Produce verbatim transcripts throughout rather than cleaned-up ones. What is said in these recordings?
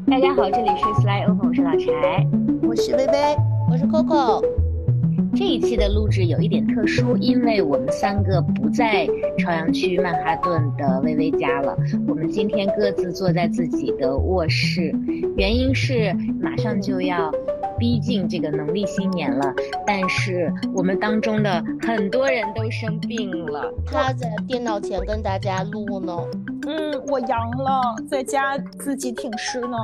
大家好，这里是 Sly Open，我是老柴。 我是薇薇。 我是 Coco。 这一期的录制有一点特殊，因为我们三个不在朝阳区曼哈顿的薇薇家了，我们今天各自坐在自己的卧室，原因是马上就要逼近这个农历新年了，但是我们当中的很多人都生病了。 他在电脑前跟大家录呢。 嗯，我阳了，在家自己挺尸呢。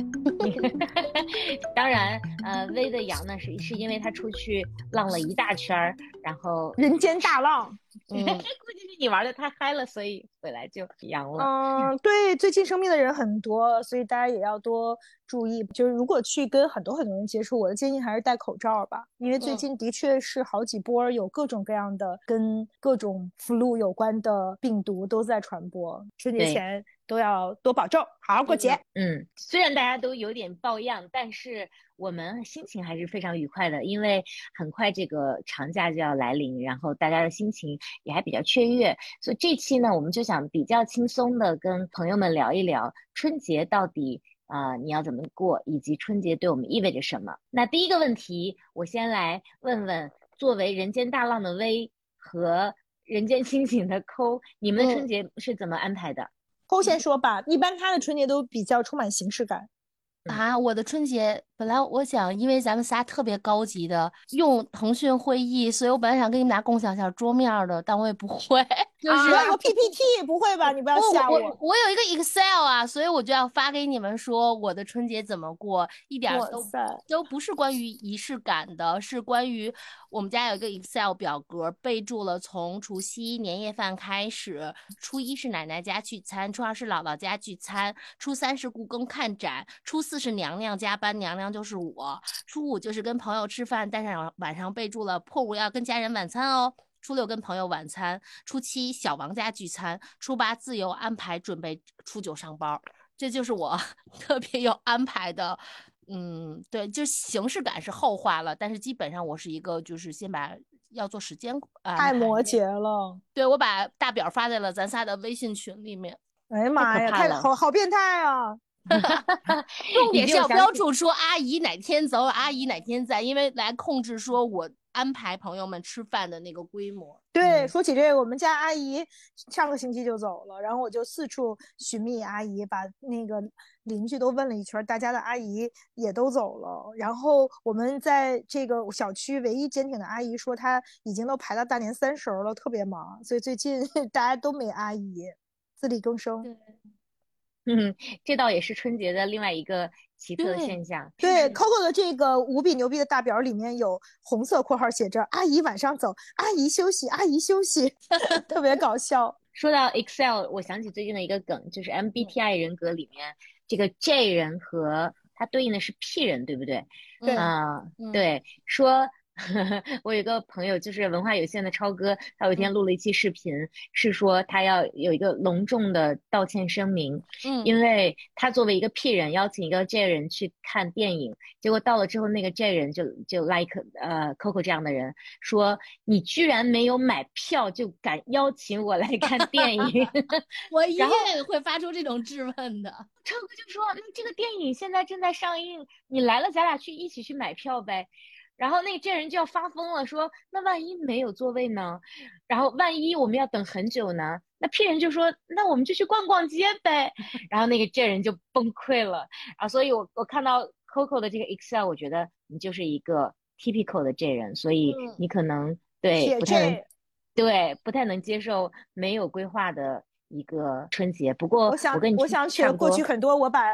当然，呃，薇的阳呢是是因为他出去浪了一大圈儿，然后人间大浪。 嗯，估计是你玩的太嗨了，所以回来就阳了。 嗯，对，最近生病的人很多，所以大家也要多注意。就是如果去跟很多很多人接触，我的建议还是戴口罩吧，因为最近的确是好几波有各种各样的跟各种 flu 有关的病毒都在传播。春节前都要多保重，好好过节。 嗯，虽然大家都有点抱恙，但是我们心情还是非常愉快的，因为很快这个长假就要来临，然后大家的心情也还比较雀跃，所以这期呢，我们就想比较轻松的跟朋友们聊一聊春节到底啊、呃、你要怎么过，以及春节对我们意味着什么。那第一个问题，我先来问问，作为人间大浪的薇和人间清醒的抠，你们的春节是怎么安排的？ 抠先说吧，一般他的春节都比较充满形式感。 啊，我的春节本来我想，因为咱们仨特别高级的用腾讯会议，所以我本来想跟你们俩共享一下桌面的，但我也不会。就是啊，我 P P T 不会吧？你不要吓我我我有一个 Excel 啊，所以我就要发给你们说我的春节怎么过，一点都都不是关于仪式感的，是关于我们家有一个 Excel 表格，备注了从除夕年夜饭开始，初一是奶奶家聚餐，初二是姥姥家聚餐，初三是故宫看展，初四是娘娘加班，娘娘就是我，初五就是跟朋友吃饭，但是晚上备注了破五要跟家人晚餐哦。初六跟朋友晚餐，初七小王家聚餐，初八自由安排准备初九上班，这就是我特别有安排的。嗯，对，就形式感是后话了，但是基本上我是一个就是先把要做时间安排。 太摩羯了。 对，我把大表发在了咱仨的微信群里面。 哎呀妈呀，太好好变态啊！ 重点是要标注说阿姨哪天走，阿姨哪天在，因为来控制说我安排朋友们吃饭的那个规模。 对，嗯、说起这个，我们家阿姨上个星期就走了，然后我就四处寻觅阿姨，把那个邻居都问了一圈，大家的阿姨也都走了。然后我们在这个小区唯一坚挺的阿姨说，她已经都排到大年三十了，特别忙，所以最近大家都没阿姨，自力更生。 对。 嗯，这倒也是春节的另外一个奇特的现象。 对 Coco 的这个无比牛逼的大表里面有红色括号写着“阿姨晚上走，阿姨休息，阿姨休息”，特别搞笑。 说到 Excel， 我想起最近的一个梗，就是 M B T I 人格里面、嗯、这个 J 人和它对应的是 P 人，对不对？ 对啊、 嗯， 对，说。我有一个朋友，就是文化有限的超哥，他有一天录了一期视频，嗯、是说他要有一个隆重的道歉声明， 嗯， 因为他作为一个 P 人邀请一个 J 人去看电影，结果到了之后，那个 J 人就就 like 呃 Coco 这样的人说，你居然没有买票就敢邀请我来看电影， 我一定会发出这种质问的。 超哥就说，嗯，这个电影现在正在上映，你来了，咱俩去一起去买票呗。然后那个这人就要发疯了，说那万一没有座位呢？然后万一我们要等很久呢？那 P 人就说那我们就去逛逛街呗。然后那个这人就崩溃了。然后所以我我看到 Coco 的这个 Excel， 我觉得你就是一个 typical 的这人，所以你可能、嗯、对不太能对不太能接受没有规划的一个春节。不过我想我跟你我想起了过去很多我把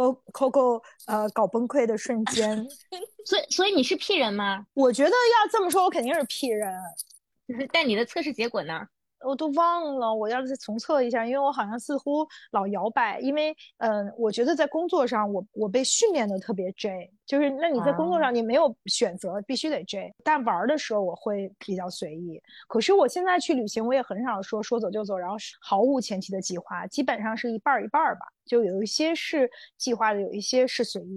Coco 呃搞崩溃的瞬间。 所以所以你是 P 人吗？ 我觉得要这么说，我肯定是 P 人。 但你的测试结果呢？ 我都忘了，我要再重测一下，因为我好像似乎老摇摆。因为，嗯、呃，我觉得在工作上我，我我被训练的特别 J， 就是那你在工作上你没有选择，必须得 J。但玩的时候我会比较随意。可是我现在去旅行，我也很少说说走就走，然后毫无前期的计划，基本上是一半一半吧。就有一些是计划的，有一些是随意的。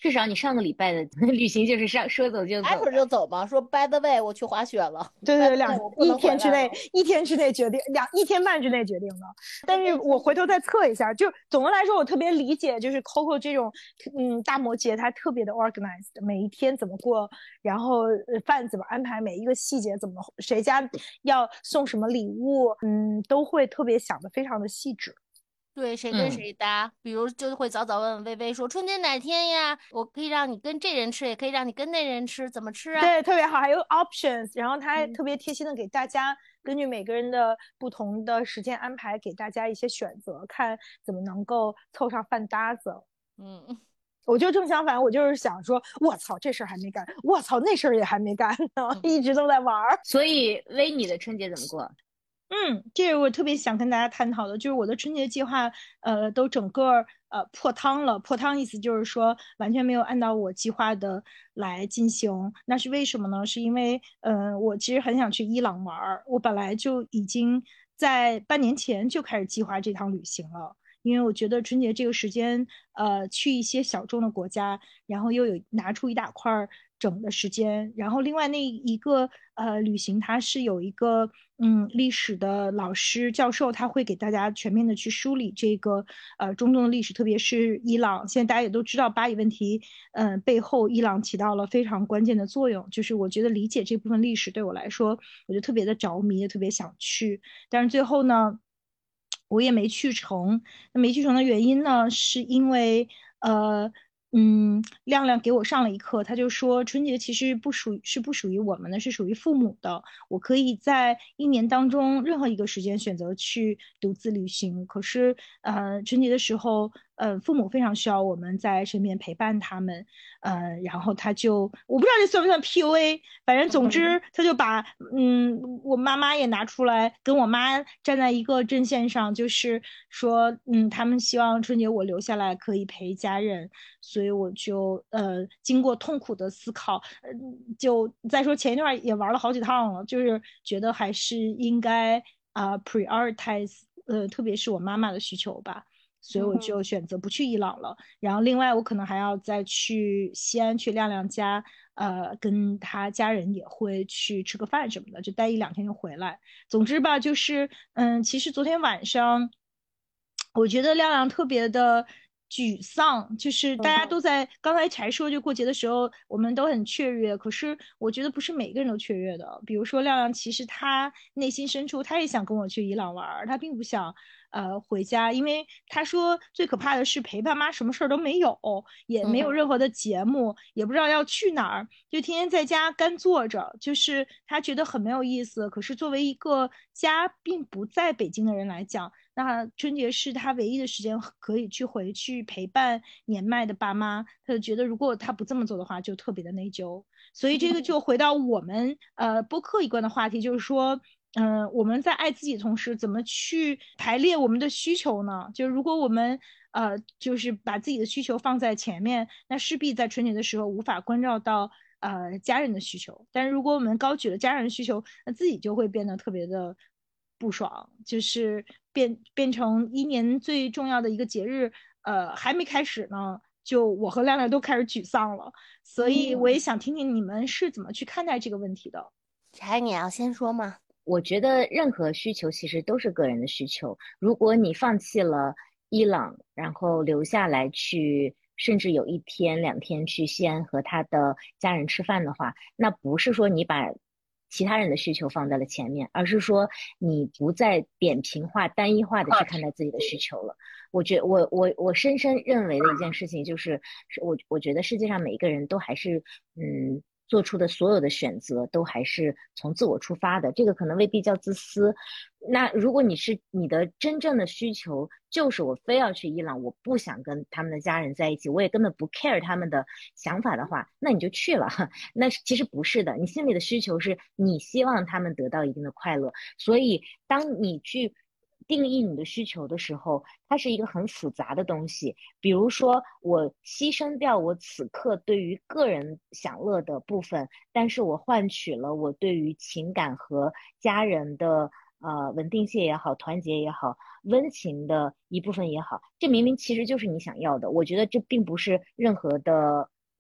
至少你上个礼拜的旅行就是上说走就走， 挨会儿就走吧。说 by the way，我去滑雪了。 对对，两一天之内，一天之内决定，两一天半之内决定的。但是我回头再测一下，就总的来说，我特别理解，就是 Coco 这种，嗯，大摩羯他特别的 organized，每一天怎么过，然后饭怎么安排，每一个细节怎么，谁家要送什么礼物，嗯，都会特别想的非常的细致。 对，谁跟谁搭、嗯、比如就会早早问问微微说春节哪天呀，我可以让你跟这人吃，也可以让你跟那人吃，怎么吃啊？ 对，特别好，还有 options， 然后他还特别贴心的给大家、嗯、根据每个人的不同的时间安排给大家一些选择，看怎么能够凑上饭搭子。 嗯， 我就正相反，我就是想说我操这事儿还没干，我操那事儿也还没干呢、嗯、一直都在玩。 所以微你的春节怎么过？ 嗯，这个我特别想跟大家探讨的，就是我的春节计划，呃，都整个呃破汤了。破汤意思就是说完全没有按照我计划的来进行。那是为什么呢？是因为，呃，我其实很想去伊朗玩，我本来就已经在半年前就开始计划这趟旅行了。因为我觉得春节这个时间，呃，去一些小众的国家，然后又有拿出一大块整的时间，然后另外那一个呃旅行，它是有一个嗯历史的老师教授，他会给大家全面的去梳理这个呃中东的历史，特别是伊朗。现在大家也都知道巴以问题，嗯、呃、背后伊朗起到了非常关键的作用。就是我觉得理解这部分历史对我来说，我就特别的着迷，也特别想去。但是最后呢，我也没去成。那没去成的原因呢，是因为呃。嗯，亮亮给我上了一课，他就说春节其实不属是不属于我们的，是属于父母的。我可以在一年当中任何一个时间选择去独自旅行，可是呃春节的时候，呃父母非常需要我们在身边陪伴他们，呃然后他就我不知道这算不算 P U A， 反正总之他就把嗯我妈妈也拿出来跟我妈站在一个阵线上，就是说嗯他们希望春节我留下来可以陪家人。所以我就呃经过痛苦的思考，呃就再说前一段也玩了好几趟了，就是觉得还是应该啊、呃、prioritize 呃特别是我妈妈的需求吧，所以我就选择不去伊朗了。然后另外我可能还要再去西安去亮亮家，呃跟他家人也会去吃个饭什么的，就待一两天就回来。总之吧，就是嗯其实昨天晚上我觉得亮亮特别的沮丧，就是大家都在、嗯、刚才才说就过节的时候我们都很雀跃，可是我觉得不是每个人都雀跃的。比如说亮亮其实他内心深处他也想跟我去伊朗玩，他并不想呃回家，因为他说最可怕的是陪爸妈什么事儿都没有，也没有任何的节目、嗯、也不知道要去哪儿，就天天在家干坐着，就是他觉得很没有意思。可是作为一个家并不在北京的人来讲，那春节是他唯一的时间可以去回去陪伴年迈的爸妈，他就觉得如果他不这么做的话就特别的内疚。所以这个就回到我们呃播客一贯的话题，就是说嗯、呃，我们在爱自己的同时怎么去排列我们的需求呢？就如果我们呃就是把自己的需求放在前面，那势必在春节的时候无法关照到呃家人的需求。但是如果我们高举了家人的需求，那自己就会变得特别的不爽，就是变变成一年最重要的一个节日，呃，还没开始呢，就我和亮亮都开始沮丧了。所以我也想听听你们是怎么去看待这个问题的。 柴，你要先说吗？ 我觉得任何需求其实都是个人的需求。如果你放弃了伊朗，然后留下来去，甚至有一天两天去西安和他的家人吃饭的话，那不是说你把其他人的需求放在了前面，而是说你不再扁平化、单一化的去看待自己的需求了。我觉我我我深深认为的一件事情就是，我我觉得世界上每一个人都还是嗯。做出的所有的选择都还是从自我出发的，这个可能未必叫自私。那如果你是你的真正的需求就是我非要去伊朗，我不想跟他们的家人在一起，我也根本不 care 他们的想法的话，那你就去了。那其实不是的，你心里的需求是你希望他们得到一定的快乐，所以当你去定义你的需求的时候，它是一个很复杂的东西。比如说我牺牲掉我此刻对于个人享乐的部分，但是我换取了我对于情感和家人的呃稳定性也好，团结也好，温情的一部分也好，这明明其实就是你想要的。我觉得这并不是任何的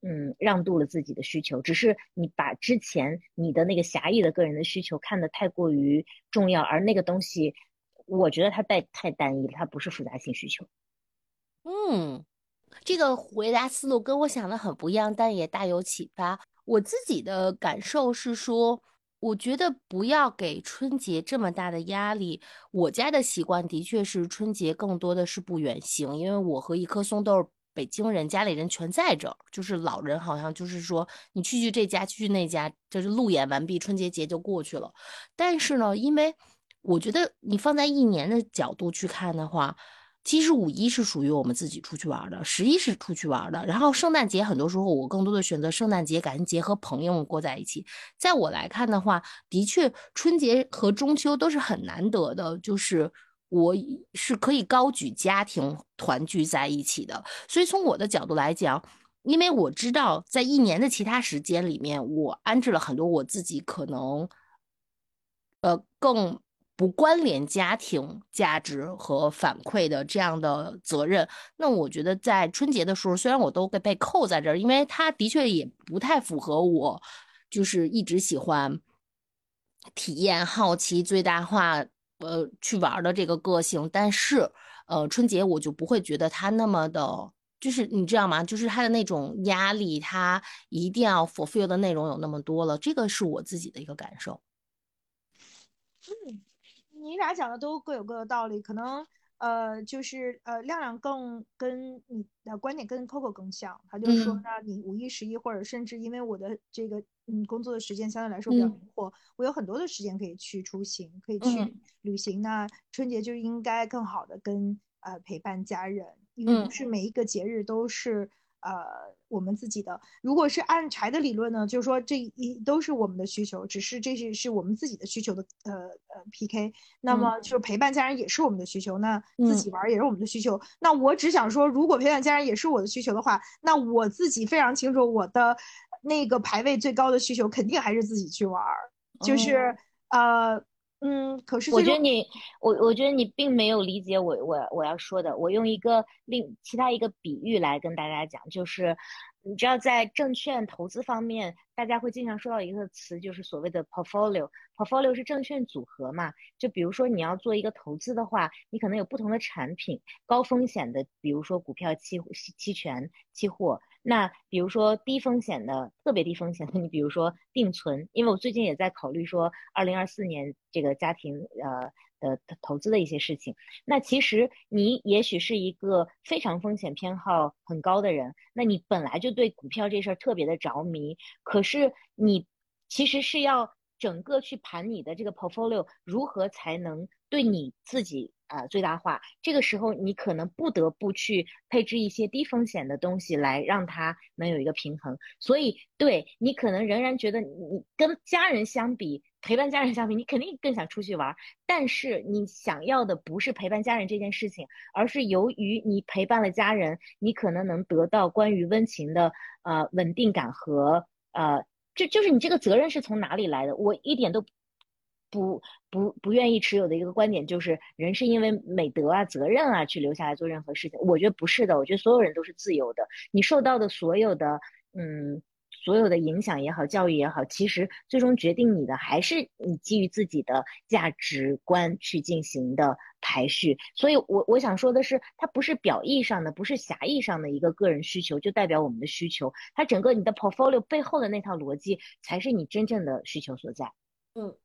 嗯，让渡了自己的需求，只是你把之前你的那个狭义的个人的需求看得太过于重要，而那个东西，我觉得它太太单一了，它不是复杂性需求。 嗯，这个回答思路跟我想的很不一样，但也大有启发。我自己的感受是说，我觉得不要给春节这么大的压力。我家的习惯的确是春节更多的是不远行，因为我和一棵松都是北京人，家里人全在这儿，就是老人好像就是说你去去这家，去去那家，就是路演完毕，春节节就过去了。但是呢，因为我觉得你放在一年的角度去看的话，其实五一是属于我们自己出去玩的，十一是出去玩的，然后圣诞节很多时候我更多的选择圣诞节、感恩节和朋友们过在一起。在我来看的话，的确春节和中秋都是很难得的，就是我是可以高举家庭团聚在一起的。所以从我的角度来讲，因为我知道在一年的其他时间里面，我安置了很多我自己可能呃更不关联家庭价值和反馈的这样的责任。那我觉得在春节的时候，虽然我都被被扣在这儿，因为它的确也不太符合我，就是一直喜欢体验、好奇、最大化，呃，去玩的这个个性。但是，呃，春节我就不会觉得它那么的。就是你知道吗？就是他的那种压力，他一定要 fulfill 的内容有那么多了，这个是我自己的一个感受。 嗯，你俩讲的都各有各的道理，可能呃就是呃亮亮更跟你的观点跟 Coco 更像，他就说嗯那你五一、十一或者甚至因为我的这个嗯工作的时间相对来说比较嗯灵活，我有很多的时间可以去出行，可以去嗯旅行。那春节就应该更好的跟呃陪伴家人，因为不嗯是每一个节日都是。呃，我们自己的，如果是按柴的理论呢，就是说这一都是我们的需求，只是这是是我们自己的需求的呃呃 P K。那嗯么就是陪伴家人也是我们的需求，那自嗯己玩也是我们的需求。那我只想说，如果陪伴家人也是我的需求的话，那我自己非常清楚我的那个排位最高的需求肯定还是自己去玩，就哦， 是呃嗯，可是最终我觉得你，我我觉得你并没有理解我我我要说的。我用一个另其他一个比喻来跟大家讲，就是你知道在证券投资方面，大家会经常说到一个词，就是所谓的 portfolio。portfolio 是证券组合嘛？就比如说你要做一个投资的话，你可能有不同的产品，高风险的，比如说股票期期权、期货。那比如说低风险的，特别低风险的，你比如说定存，因为我最近也在考虑说，二零二四年这个家庭呃的投资的一些事情。那其实你也许是一个非常风险偏好很高的人，那你本来就对股票这事儿特别的着迷，可是你其实是要整个去盘你的这个 portfolio 如何才能对你自己呃最大化。这个时候你可能不得不去配置一些低风险的东西来让它能有一个平衡。所以对你可能仍然觉得你跟家人相比，陪伴家人相比，你肯定更想出去玩，但是你想要的不是陪伴家人这件事情，而是由于你陪伴了家人，你可能能得到关于温情的呃稳定感和呃这就是你这个责任是从哪里来的？我一点都不不不愿意持有的一个观点就是，人是因为美德啊、责任啊去留下来做任何事情。我觉得不是的，我觉得所有人都是自由的。你受到的所有的嗯所有的影响也好，教育也好，其实最终决定你的还是你基于自己的价值观去进行的排序。所以我我想说的是，它不是表意上的，不是狭义上的一个个人需求就代表我们的需求，它整个你的 portfolio 背后的那套逻辑才是你真正的需求所在。 嗯，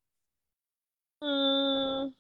嗯，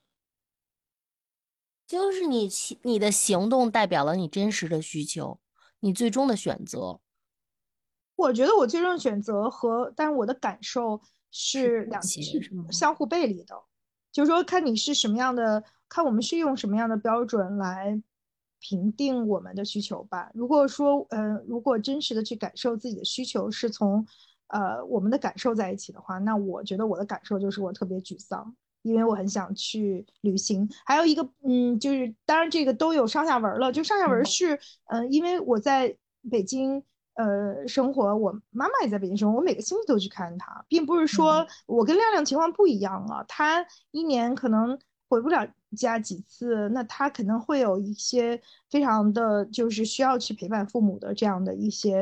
就是你其你的行动代表了你真实的需求，你最终的选择我觉得我最终选择和，但是我的感受是是两是妥协，是吗？ 相互背离的，就是说看你是什么样的，看我们是用什么样的标准来评定我们的需求吧。如果说，呃，如果真实的去感受自己的需求是从，呃，我们的感受在一起的话，那我觉得我的感受就是我特别沮丧，因为我很想去旅行。还有一个，嗯，就是当然这个都有上下文了，就上下文嗯是，呃，因为我在北京。呃，生活，我妈妈也在北京生活，我每个星期都去看她，并不是说嗯我跟亮亮情况不一样啊，她一年可能回不了家几次，那她可能会有一些非常的就是需要去陪伴父母的这样的一些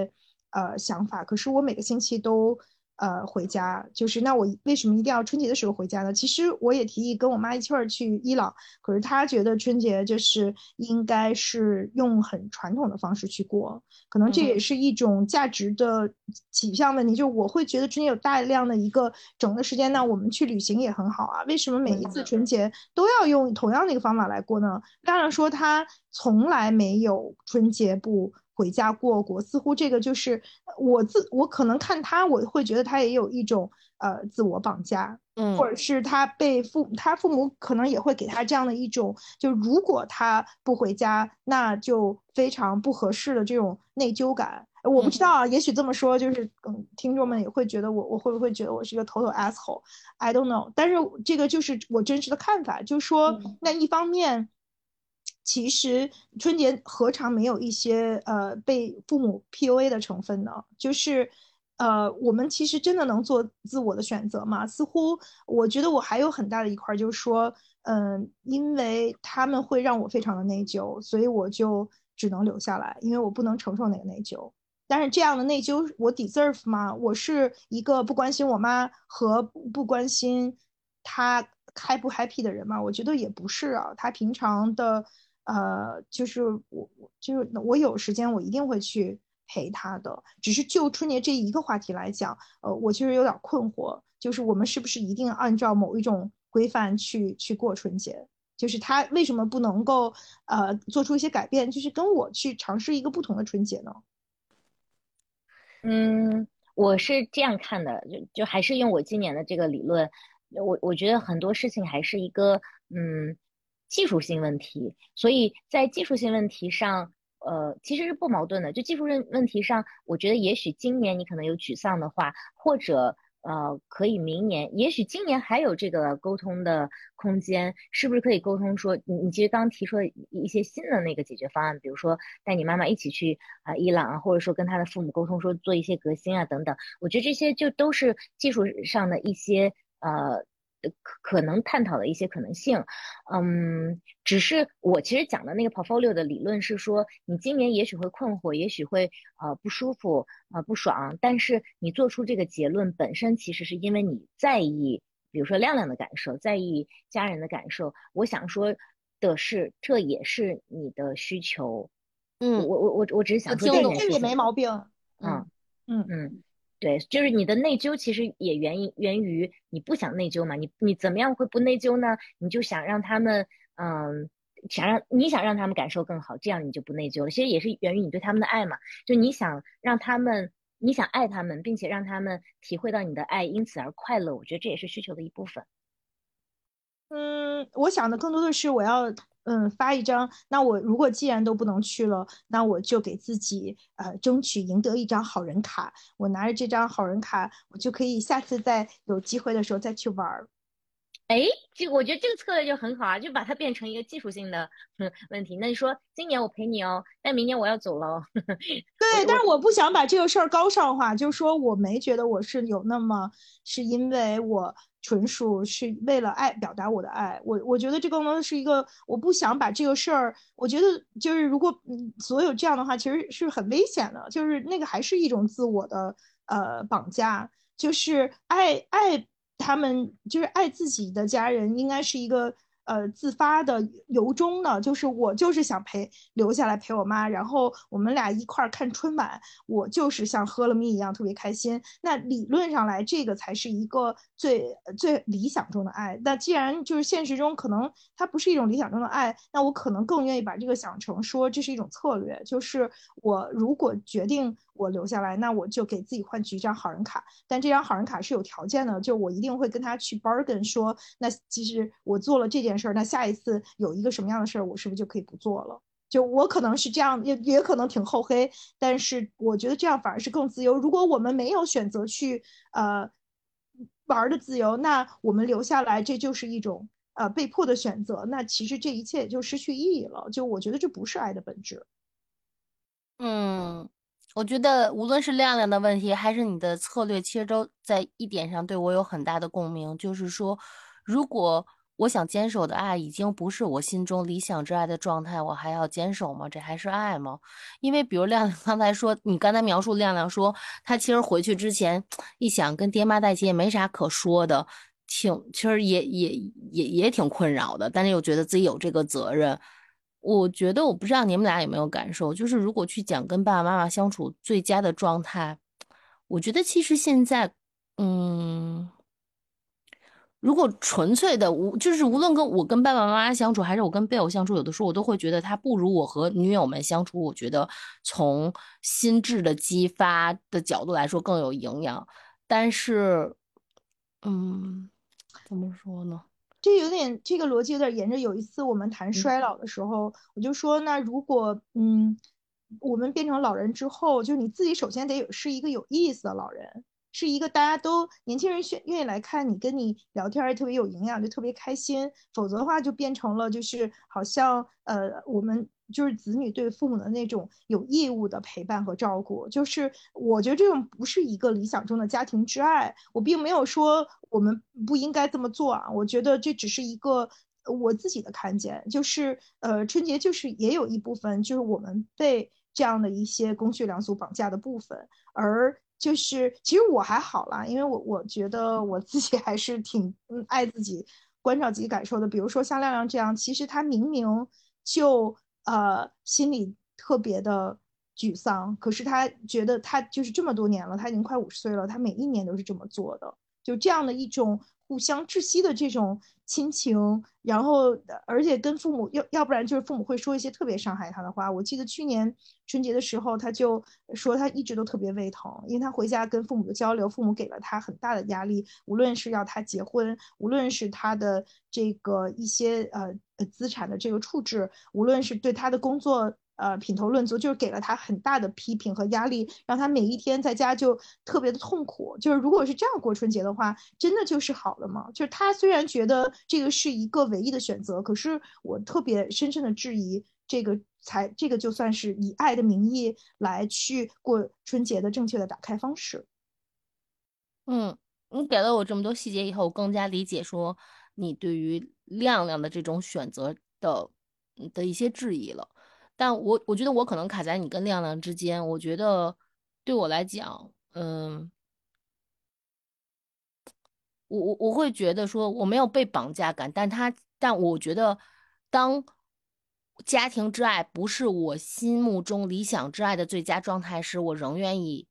呃想法，可是我每个星期都呃回家，就是那我为什么一定要春节的时候回家呢？其实我也提议跟我妈一块儿去伊朗，可是她觉得春节就是应该是用很传统的方式去过，可能这也是一种价值的倾向问题。就我会觉得春节有大量的一个整个时间，那我们去旅行也很好啊，为什么每一次春节都要用同样的一个方法来过呢？当然说他从来没有春节不回家过过，似乎这个就是我自我可能看他，我会觉得他也有一种呃自我绑架， 嗯， 或者是他被父他父母可能也会给他这样的一种，就如果他不回家，那就非常不合适的这种内疚感。我不知道啊，也许这么说，就是嗯，听众们也会觉得我我会不会觉得我是一个头头 asshole，I don't know。但是这个就是我真实的看法，就是说，那一方面。其实春节何尝没有一些呃被父母 P U A 的成分呢？就是呃，我们其实真的能做自我的选择吗？似乎我觉得我还有很大的一块，就是说，嗯、呃，因为他们会让我非常的内疚，所以我就只能留下来，因为我不能承受那个内疚。但是这样的内疚我 deserve 吗？我是一个不关心我妈和不关心她 happy 不 happy 的人吗？我觉得也不是啊。他平常的呃，就是我就是我有时间我一定会去陪他的。只是就春节这一个话题来讲，呃，我其实有点困惑，就是我们是不是一定按照某一种规范去去过春节？就是他为什么不能够呃做出一些改变，就是跟我去尝试一个不同的春节呢？ 嗯，我是这样看的，就就还是用我今年的这个理论，我我觉得很多事情还是一个嗯技术性问题，所以在技术性问题上，呃，其实是不矛盾的。就技术问问题上，我觉得也许今年你可能有沮丧的话，或者呃，可以明年，也许今年还有这个沟通的空间，是不是可以沟通说，你你其实刚提出了一些新的那个解决方案，比如说带你妈妈一起去啊、呃伊朗啊，或者说跟他的父母沟通说做一些革新啊等等，我觉得这些就都是技术上的一些呃。可可能探讨的一些可能性，嗯，只是我其实讲的那个 portfolio 的理论是说，你今年也许会困惑，也许会呃不舒服，呃不爽，但是你做出这个结论本身其实是因为你在意，比如说亮亮的感受，在意家人的感受。我想说的是，这也是你的需求。我嗯， 我我我我只是想说听懂， 这也这件事情。 没毛病。 嗯嗯嗯嗯，对，就是你的内疚其实也源于源于你不想内疚嘛，你你怎么样会不内疚呢？你就想让他们，嗯，想让你想让他们感受更好，这样你就不内疚了。其实也是源于你对他们的爱嘛，就你想让他们，你想爱他们，并且让他们体会到你的爱，因此而快乐。我觉得这也是需求的一部分。 嗯，我想的更多的是我要嗯发一张，那我如果既然都不能去了，那我就给自己呃争取赢得一张好人卡。我拿着这张好人卡，我就可以下次再有机会的时候再去玩儿。 哎，这我觉得这个策略就很好啊，就把它变成一个技术性的嗯问题。那你说今年我陪你哦，但明年我要走了。我对，但我是我不想把这个事儿高尚化，就是说我没觉得我是有那么，是因为我纯属是为了爱表达我的爱。我我觉得这更多的是一个，我不想把这个事儿，我觉得就是如果嗯所有这样的话，其实是很危险的，就是那个还是一种自我的呃绑架，就是爱爱他们，就是爱自己的家人，应该是一个。呃，自发的、由衷的，就是我就是想陪留下来陪我妈，然后我们俩一块儿看春晚，我就是像喝了蜜一样特别开心。那理论上来，这个才是一个最最理想中的爱。那既然就是现实中可能它不是一种理想中的爱，那我可能更愿意把这个想成说这是一种策略，就是我如果决定我留下来，那我就给自己换取一张好人卡，但这张好人卡是有条件的，就我一定会跟他去 bargain 说，那其实我做了这件事儿，那下一次有一个什么样的事儿，我是不是就可以不做了？就我可能是这样，也也可能挺厚黑，但是我觉得这样反而是更自由。如果我们没有选择去呃玩的自由，那我们留下来，这就是一种呃被迫的选择。那其实这一切也就失去意义了。就我觉得这不是爱的本质。 嗯，我觉得无论是亮亮的问题，还是你的策略，其实都在一点上对我有很大的共鸣，就是说，如果我想坚守的爱已经不是我心中理想之爱的状态，我还要坚守吗？这还是爱吗？因为比如亮亮刚才说，你刚才描述亮亮说，他其实回去之前一想跟爹妈在一起也没啥可说的，挺其实也也也也挺困扰的，但是又觉得自己有这个责任。我觉得我不知道你们俩有没有感受，就是如果去讲跟爸爸妈妈相处最佳的状态，我觉得其实现在，嗯。如果纯粹的无，就是无论跟我跟爸爸妈妈相处，还是我跟配偶相处，有的时候我都会觉得他不如我和女友们相处。我觉得从心智的激发的角度来说更有营养。但是，嗯，怎么说呢？ 这有点这个逻辑有点沿着。有一次我们谈衰老的时候，我就说，那如果嗯，我们变成老人之后，就你自己首先得有是一个有意思的老人，是一个大家都年轻人愿愿意来看你，跟你聊天儿特别有营养，就特别开心。否则的话，就变成了就是好像呃，我们就是子女对父母的那种有义务的陪伴和照顾。就是我觉得这种不是一个理想中的家庭之爱。我并没有说我们不应该这么做啊，我觉得这只是一个我自己的看见。就是呃，春节就是也有一部分就是我们被这样的一些公序良俗绑架的部分。而就是其实我还好啦，因为我我觉得我自己还是挺嗯爱自己关照自己感受的。比如说像亮亮这样，其实他明明就呃心里特别的沮丧，可是他觉得他就是这么多年了，他已经快五十岁了，他每一年都是这么做的。就这样的一种互相窒息的这种亲情。然后而且跟父母要要不然就是父母会说一些特别伤害他的话。我记得去年春节的时候，他就说他一直都特别胃疼，因为他回家跟父母的交流，父母给了他很大的压力，无论是要他结婚，无论是他的这个一些呃资产的这个处置，无论是对他的工作呃品头论足，就是给了他很大的批评和压力，让他每一天在家就特别的痛苦。就是如果是这样过春节的话，真的就是好的吗？就是他虽然觉得这个是一个唯一的选择，可是我特别深深的质疑这个才这个就算是以爱的名义来去过春节的正确的打开方式。 嗯，你给了我这么多细节以后，我更加理解说你对于亮亮的这种选择的的一些质疑了。但我我觉得我可能卡在你跟亮亮之间。我觉得对我来讲，嗯，我我我会觉得说我没有被绑架感，但他但我觉得当家庭之爱不是我心目中理想之爱的最佳状态时，我仍愿意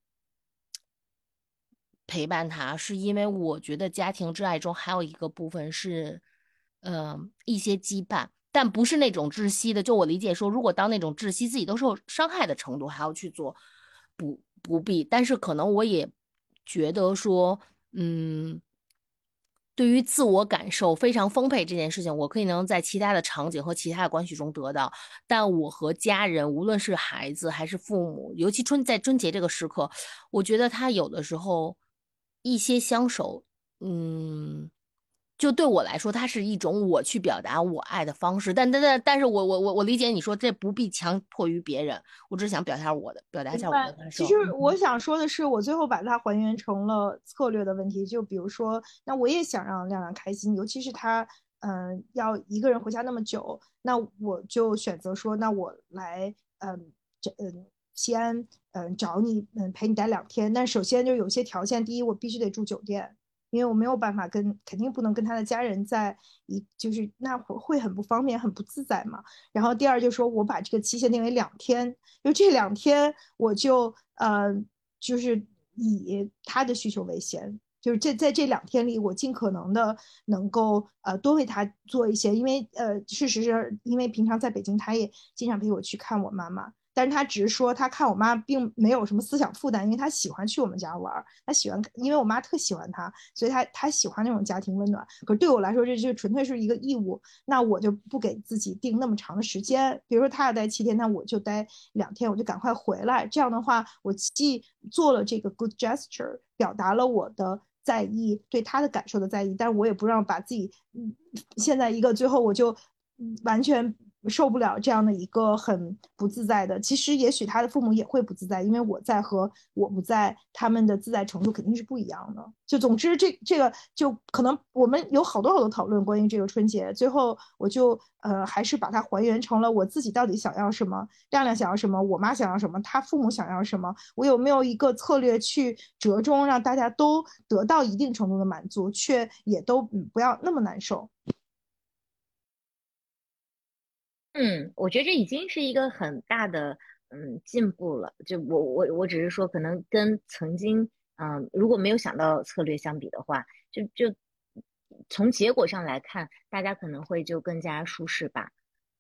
陪伴他。是因为我觉得家庭之爱中还有一个部分是，嗯、一些羁绊，但不是那种窒息的。就我理解说，如果到那种窒息自己都受伤害的程度还要去做，不不必。但是可能我也觉得说，嗯。对于自我感受非常丰沛这件事情，我可以能在其他的场景和其他的关系中得到，但我和家人，无论是孩子还是父母，尤其春在春节这个时刻，我觉得他有的时候一些相守，嗯，就对我来说，它是一种我去表达我爱的方式。但但但但是我我我我理解你说这不必强迫于别人，我只是想表达我的表达一下我的感受。 其实我想说的是，我最后把它还原成了策略的问题。就比如说，那我也想让亮亮开心，尤其是他，嗯、呃要一个人回家那么久，那我就选择说，那我来，嗯，这，嗯，西安，嗯，找你，嗯，陪你待两天。但首先就有些条件，第一，我必须得住酒店，因为我没有办法跟，肯定不能跟他的家人在一，就是那会儿会很不方便，很不自在嘛。然后第二就是说我把这个期限定为两天，就这两天我就呃就是以他的需求为先，就是这在这两天里，我尽可能的能够呃多为他做一些。因为呃事实是因为平常在北京，他也经常陪我去看我妈妈。但是他只是说他看我妈并没有什么思想负担，因为他喜欢去我们家玩，他喜欢，因为我妈特喜欢他，所以他他喜欢那种家庭温暖。可是对我来说，这就纯粹是一个义务，那我就不给自己定那么长的时间。比如说他要待七天，那我就待两天，我就赶快回来。这样的话，我既做了这个 good gesture，表达了我的在意，对他的感受的在意，但是我也不让把自己，嗯，现在一个最后我就完全受不了这样的一个很不自在的。其实也许他的父母也会不自在，因为我在和我不在，他们的自在程度肯定是不一样的。就总之这这个就可能我们有好多好多讨论关于这个春节，最后我就呃还是把它还原成了我自己到底想要什么，亮亮想要什么，我妈想要什么，他父母想要什么，我有没有一个策略去折中，让大家都得到一定程度的满足，却也都嗯不要那么难受。 嗯，我觉得这已经是一个很大的嗯进步了。就我我我只是说，可能跟曾经嗯如果没有想到策略相比的话，就就从结果上来看，大家可能会就更加舒适吧。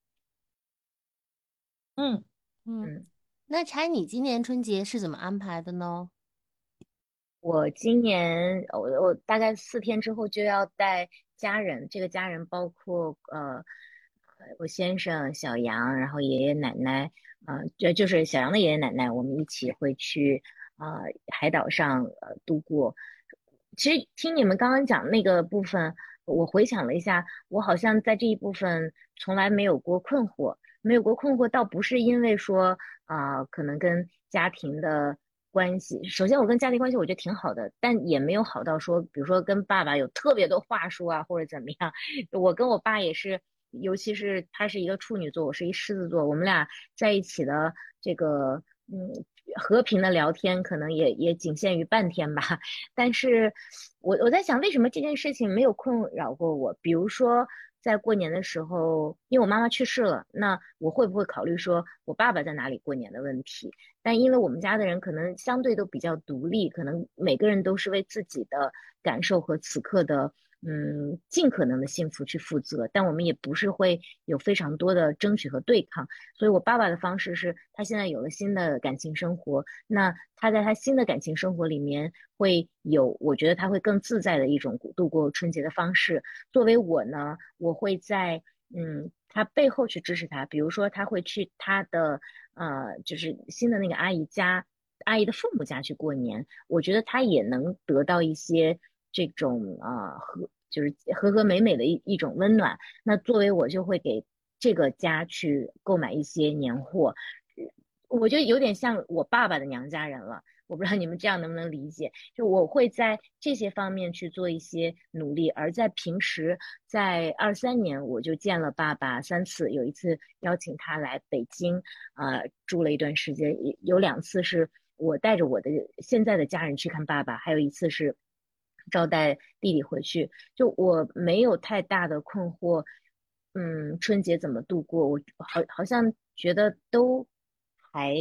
嗯嗯， 嗯， 那柴，你今年春节是怎么安排的呢？ 我今年我我大概四天之后就要带家人，这个家人包括呃我先生小杨，然后爷爷奶奶，呃就就是小杨的爷爷奶奶，我们一起会去呃海岛上呃度过。其实听你们刚刚讲那个部分，我回想了一下，我好像在这一部分从来没有过困惑，没有过困惑，倒不是因为说啊、呃可能跟家庭的关系。首先，我跟家庭关系我觉得挺好的，但也没有好到说，比如说跟爸爸有特别多话说啊，或者怎么样。我跟我爸也是，尤其是他是一个处女座，我是一狮子座，我们俩在一起的这个，嗯，和平的聊天可能也也仅限于半天吧。但是我我在想，为什么这件事情没有困扰过我？比如说，在过年的时候，因为我妈妈去世了，那我会不会考虑说我爸爸在哪里过年的问题？但因为我们家的人可能相对都比较独立，可能每个人都是为自己的感受和此刻的嗯尽可能的幸福去负责，但我们也不是会有非常多的争取和对抗。所以我爸爸的方式是他现在有了新的感情生活，那他在他新的感情生活里面会有，我觉得他会更自在的一种度过春节的方式。作为我呢，我会在嗯他背后去支持他，比如说他会去他的呃就是新的那个阿姨家。阿姨的父母家去过年，我觉得他也能得到一些这种啊、呃、和就是和和美美的一一种温暖。那作为我就会给这个家去购买一些年货，我觉得有点像我爸爸的娘家人了。我不知道你们这样能不能理解，就我会在这些方面去做一些努力，而在平时，在二三年我就见了爸爸三次，有一次邀请他来北京，呃，住了一段时间，有两次是我带着我的现在的家人去看爸爸，还有一次是招待弟弟回去，就我没有太大的困惑。嗯，春节怎么度过？我好好像觉得都还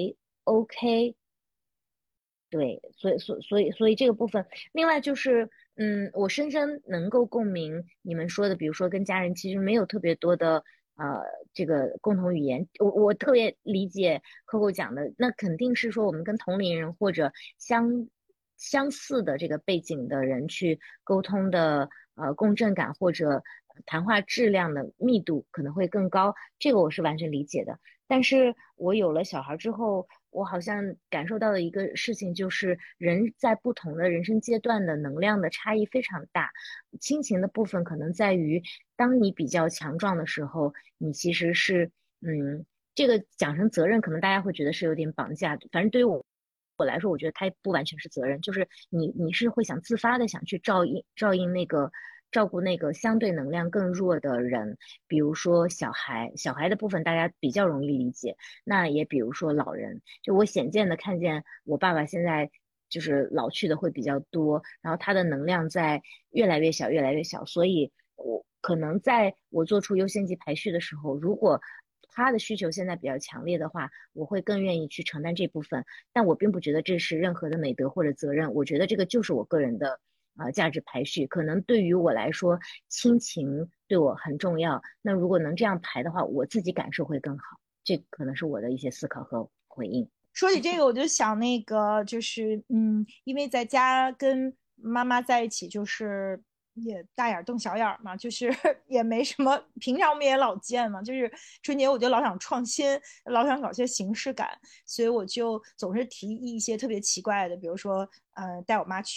OK。对，所以所所以所以这个部分，另外就是，嗯，我深深能够共鸣你们说的，比如说跟家人其实没有特别多的呃这个共同语言，我我特别理解 Coco 讲的，那肯定是说我们跟同龄人或者相相似的这个背景的人去沟通的呃共振感或者谈话质量的密度可能会更高，这个我是完全理解的。但是我有了小孩之后，我好像感受到的一个事情就是，人在不同的人生阶段的能量的差异非常大。亲情的部分可能在于，当你比较强壮的时候，你其实是，嗯，这个讲成责任，可能大家会觉得是有点绑架。反正对于我我来说，我觉得它不完全是责任，就是你你是会想自发的想去照应照应那个。照顾那个相对能量更弱的人，比如说小孩，小孩的部分大家比较容易理解。那也比如说老人，就我显见的看见我爸爸现在就是老去的会比较多，然后他的能量在越来越小，越来越小，所以我可能在我做出优先级排序的时候，如果他的需求现在比较强烈的话，我会更愿意去承担这部分，但我并不觉得这是任何的美德或者责任，我觉得这个就是我个人的啊、呃价值排序。可能对于我来说，亲情对我很重要，那如果能这样排的话，我自己感受会更好。这可能是我的一些思考和回应。 说起这个，我就想那个，就是嗯，因为在家跟妈妈在一起，就是也大眼瞪小眼嘛，就是也没什么，平常我们也老见嘛，就是春节我就老想创新，老想搞些形式感，所以我就总是提议一些特别奇怪的，比如说呃，带我妈去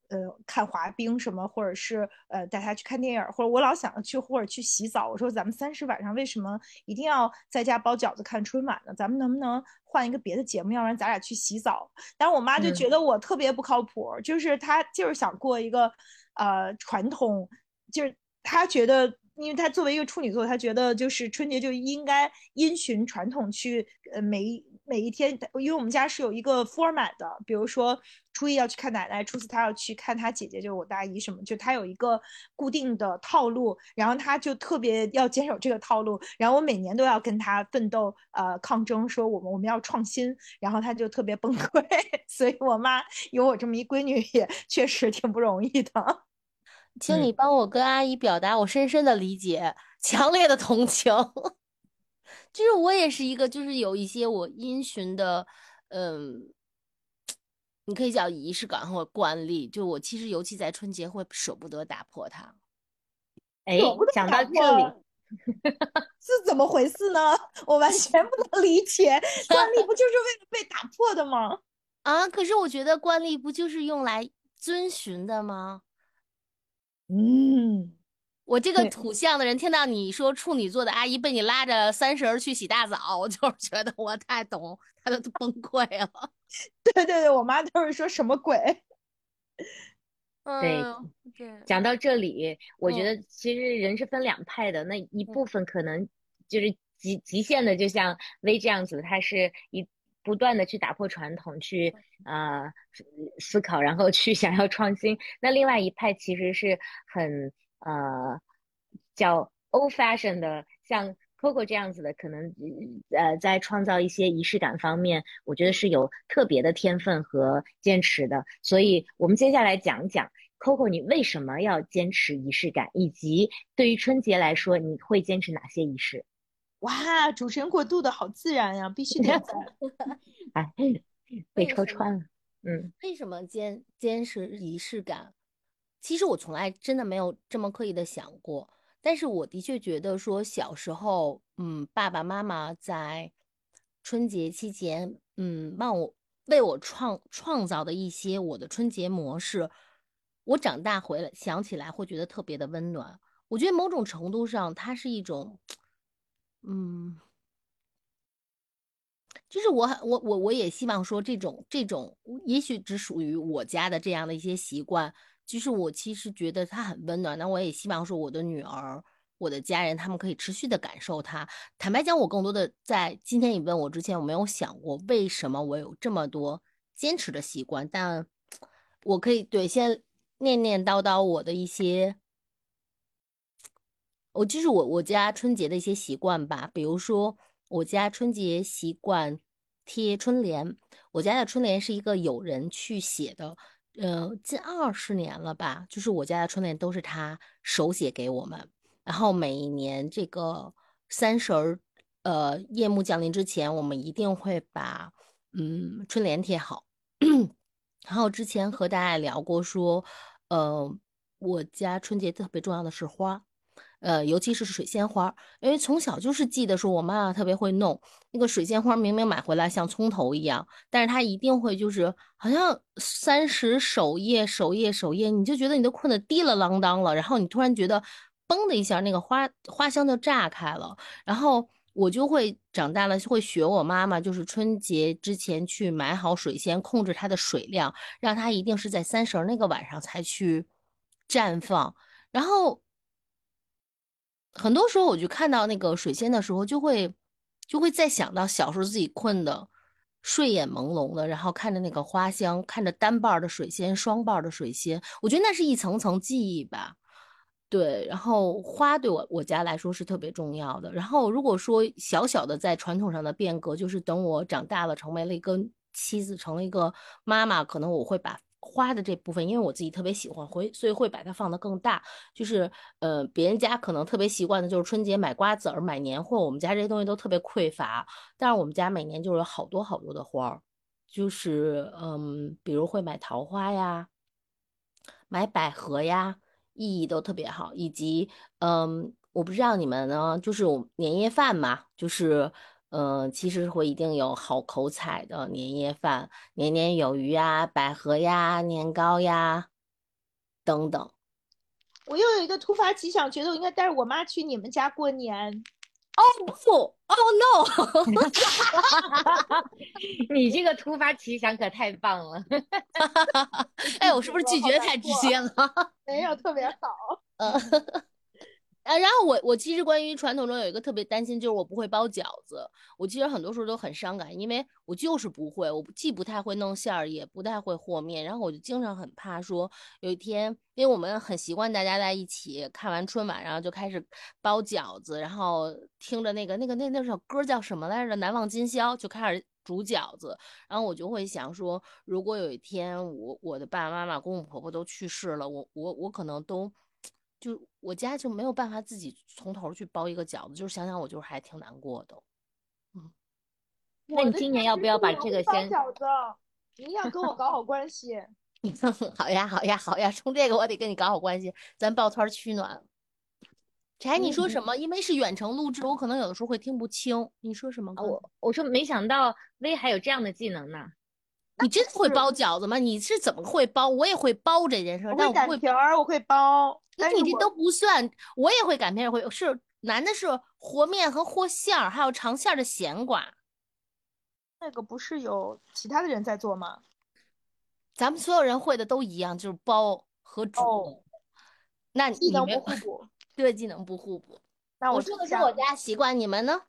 呃看滑冰什么，或者是呃带他去看电影，或者我老想去或者去洗澡。我说咱们三十晚上为什么一定要在家包饺子看春晚呢？咱们能不能换一个别的节目，要不然咱俩去洗澡？但是我妈就觉得我特别不靠谱，嗯、就是她就是想过一个呃传统，就是她觉得。因为她作为一个处女座，她觉得就是春节就应该因循传统去，呃，每每一天，因为我们家是有一个 format 的，比如说初一要去看奶奶，初四她要去看她姐姐，就是我大姨什么，就她有一个固定的套路，然后她就特别要坚守这个套路，然后我每年都要跟她奋斗，呃，抗争，说我们我们要创新，然后她就特别崩溃，所以我妈有我这么一闺女也确实挺不容易的。 请你帮我跟阿姨表达我深深的理解，强烈的同情。就是我也是一个，就是有一些我因循的，嗯，你可以叫仪式感或惯例。就我其实尤其在春节会舍不得打破它。 哎，讲到这里， 是怎么回事呢？我完全不能理解，惯例不就是为了被打破的吗？ 啊，可是我觉得惯例不就是用来遵循的吗？ 嗯， 我这个土象的人听到你说处女座的阿姨被你拉着三十儿去洗大澡，我就是觉得我太懂，她都崩溃了。 对对对，我妈都是说什么鬼？ 对， 嗯，对， 讲到这里，我觉嗯得其实人是分两派的，那一嗯部分可能就是极极限的，就像薇这样子，他是一不断的去打破传统，去呃思考，然后去想要创新。那另外一派其实是很呃叫 old fashion 的，像 Coco 这样子的，可能呃在创造一些仪式感方面，我觉得是有特别的天分和坚持的。所以我们接下来讲讲。Coco，你为什么要坚持仪式感？以及对于春节来说，你会坚持哪些仪式？ 哇，主持人过渡的好自然呀，必须点赞。 哎，被为什么？ 戳穿了。嗯， 为什么坚坚持仪式感？其实我从来真的没有这么刻意的想过，但是我的确觉得说小时候，嗯，爸爸妈妈在春节期间，嗯，帮我为我创创造的一些我的春节模式，我长大回来想起来会觉得特别的温暖。我觉得某种程度上，它是一种，嗯。就是我很我我我也希望说这种这种也许只属于我家的这样的一些习惯，就是我其实觉得它很温暖。那我也希望说我的女儿、我的家人他们可以持续的感受它。坦白讲，我更多的在今天你问我之前，我没有想过为什么我有这么多坚持的习惯，但我可以对先念念叨叨我的一些。我就是我我家春节的一些习惯吧，比如说我家春节习惯贴春联，我家的春联是一个有人去写的，呃，近二十年了吧，就是我家的春联都是他手写给我们，然后每一年这个三十儿，呃，夜幕降临之前，我们一定会把嗯春联贴好。然后之前和大家聊过说，呃，我家春节特别重要的是花。呃，尤其是水仙花，因为从小就是记得说我妈妈特别会弄那个水仙花，明明买回来像葱头一样，但是她一定会就是好像三十首页、首页、首页，你就觉得你都困得滴了啷当了，然后你突然觉得嘣的一下，那个花花香就炸开了，然后我就会长大了会学我妈妈，就是春节之前去买好水仙，控制它的水量，让它一定是在三十那个晚上才去绽放，然后。很多时候我就看到那个水仙的时候，就会就会再想到小时候自己困的睡眼朦胧的，然后看着那个花香，看着单瓣的水仙、双瓣的水仙，我觉得那是一层层记忆吧。对，然后花对我我家来说是特别重要的。然后如果说小小的在传统上的变革，就是等我长大了，成为了一个妻子，成了一个妈妈，可能我会把花的这部分，因为我自己特别喜欢，会所以会把它放得更大。就是呃，别人家可能特别习惯的就是春节买瓜子儿、买年货，我们家这些东西都特别匮乏，但是我们家每年就是有好多好多的花儿，就是嗯，比如会买桃花呀。买百合呀，意义都特别好，以及嗯，我不知道你们呢，就是我年夜饭嘛，就是嗯，呃其实会一定有好口彩的年夜饭，年年有余呀，百合呀，年糕呀。 等等。 我又有一个突发奇想，觉得我应该带着我妈去你们家过年。 哦不，哦 no！ 你这个突发奇想可太棒了。 哎，我是不是拒绝太直接了？ 没有，特别好。 呃，啊，然后我我其实关于传统中有一个特别担心，就是我不会包饺子。我其实很多时候都很伤感，因为我就是不会，我既不太会弄馅儿，也不太会和面。然后我就经常很怕说有一天，因为我们很习惯大家在一起看完春晚，然后就开始包饺子，然后听着那个那个那那首歌叫什么来着，《难忘今宵》，就开始煮饺子。然后我就会想说，如果有一天我我的爸爸妈妈、公公婆婆都去世了，我我我可能都。就我家就没有办法自己从头去包一个饺子，就是想想我就是还挺难过的。嗯， 那你今年要不要把这个先？ 饺子，你一定要跟我搞好关系。 好呀，好呀，好呀，冲这个我得跟你搞好关系，咱抱团取暖。柴，你说什么？因为是远程录制，我可能有的时候会听不清。你说什么？ 啊，我我说没想到薇还有这样的技能呢。 你真的会包饺子吗？你是怎么会包？我也会包这件事，但我不会擀皮儿，我会包。 那你这都不算，我也会擀皮儿，会是难的是和面和和馅儿，还有长馅儿的咸瓜。 那个不是有其他的人在做吗？ 咱们所有人会的都一样，就是包和煮。 哦， 那技能你不互补。 对，技能不互补。 那我说的是我家习惯，你们呢？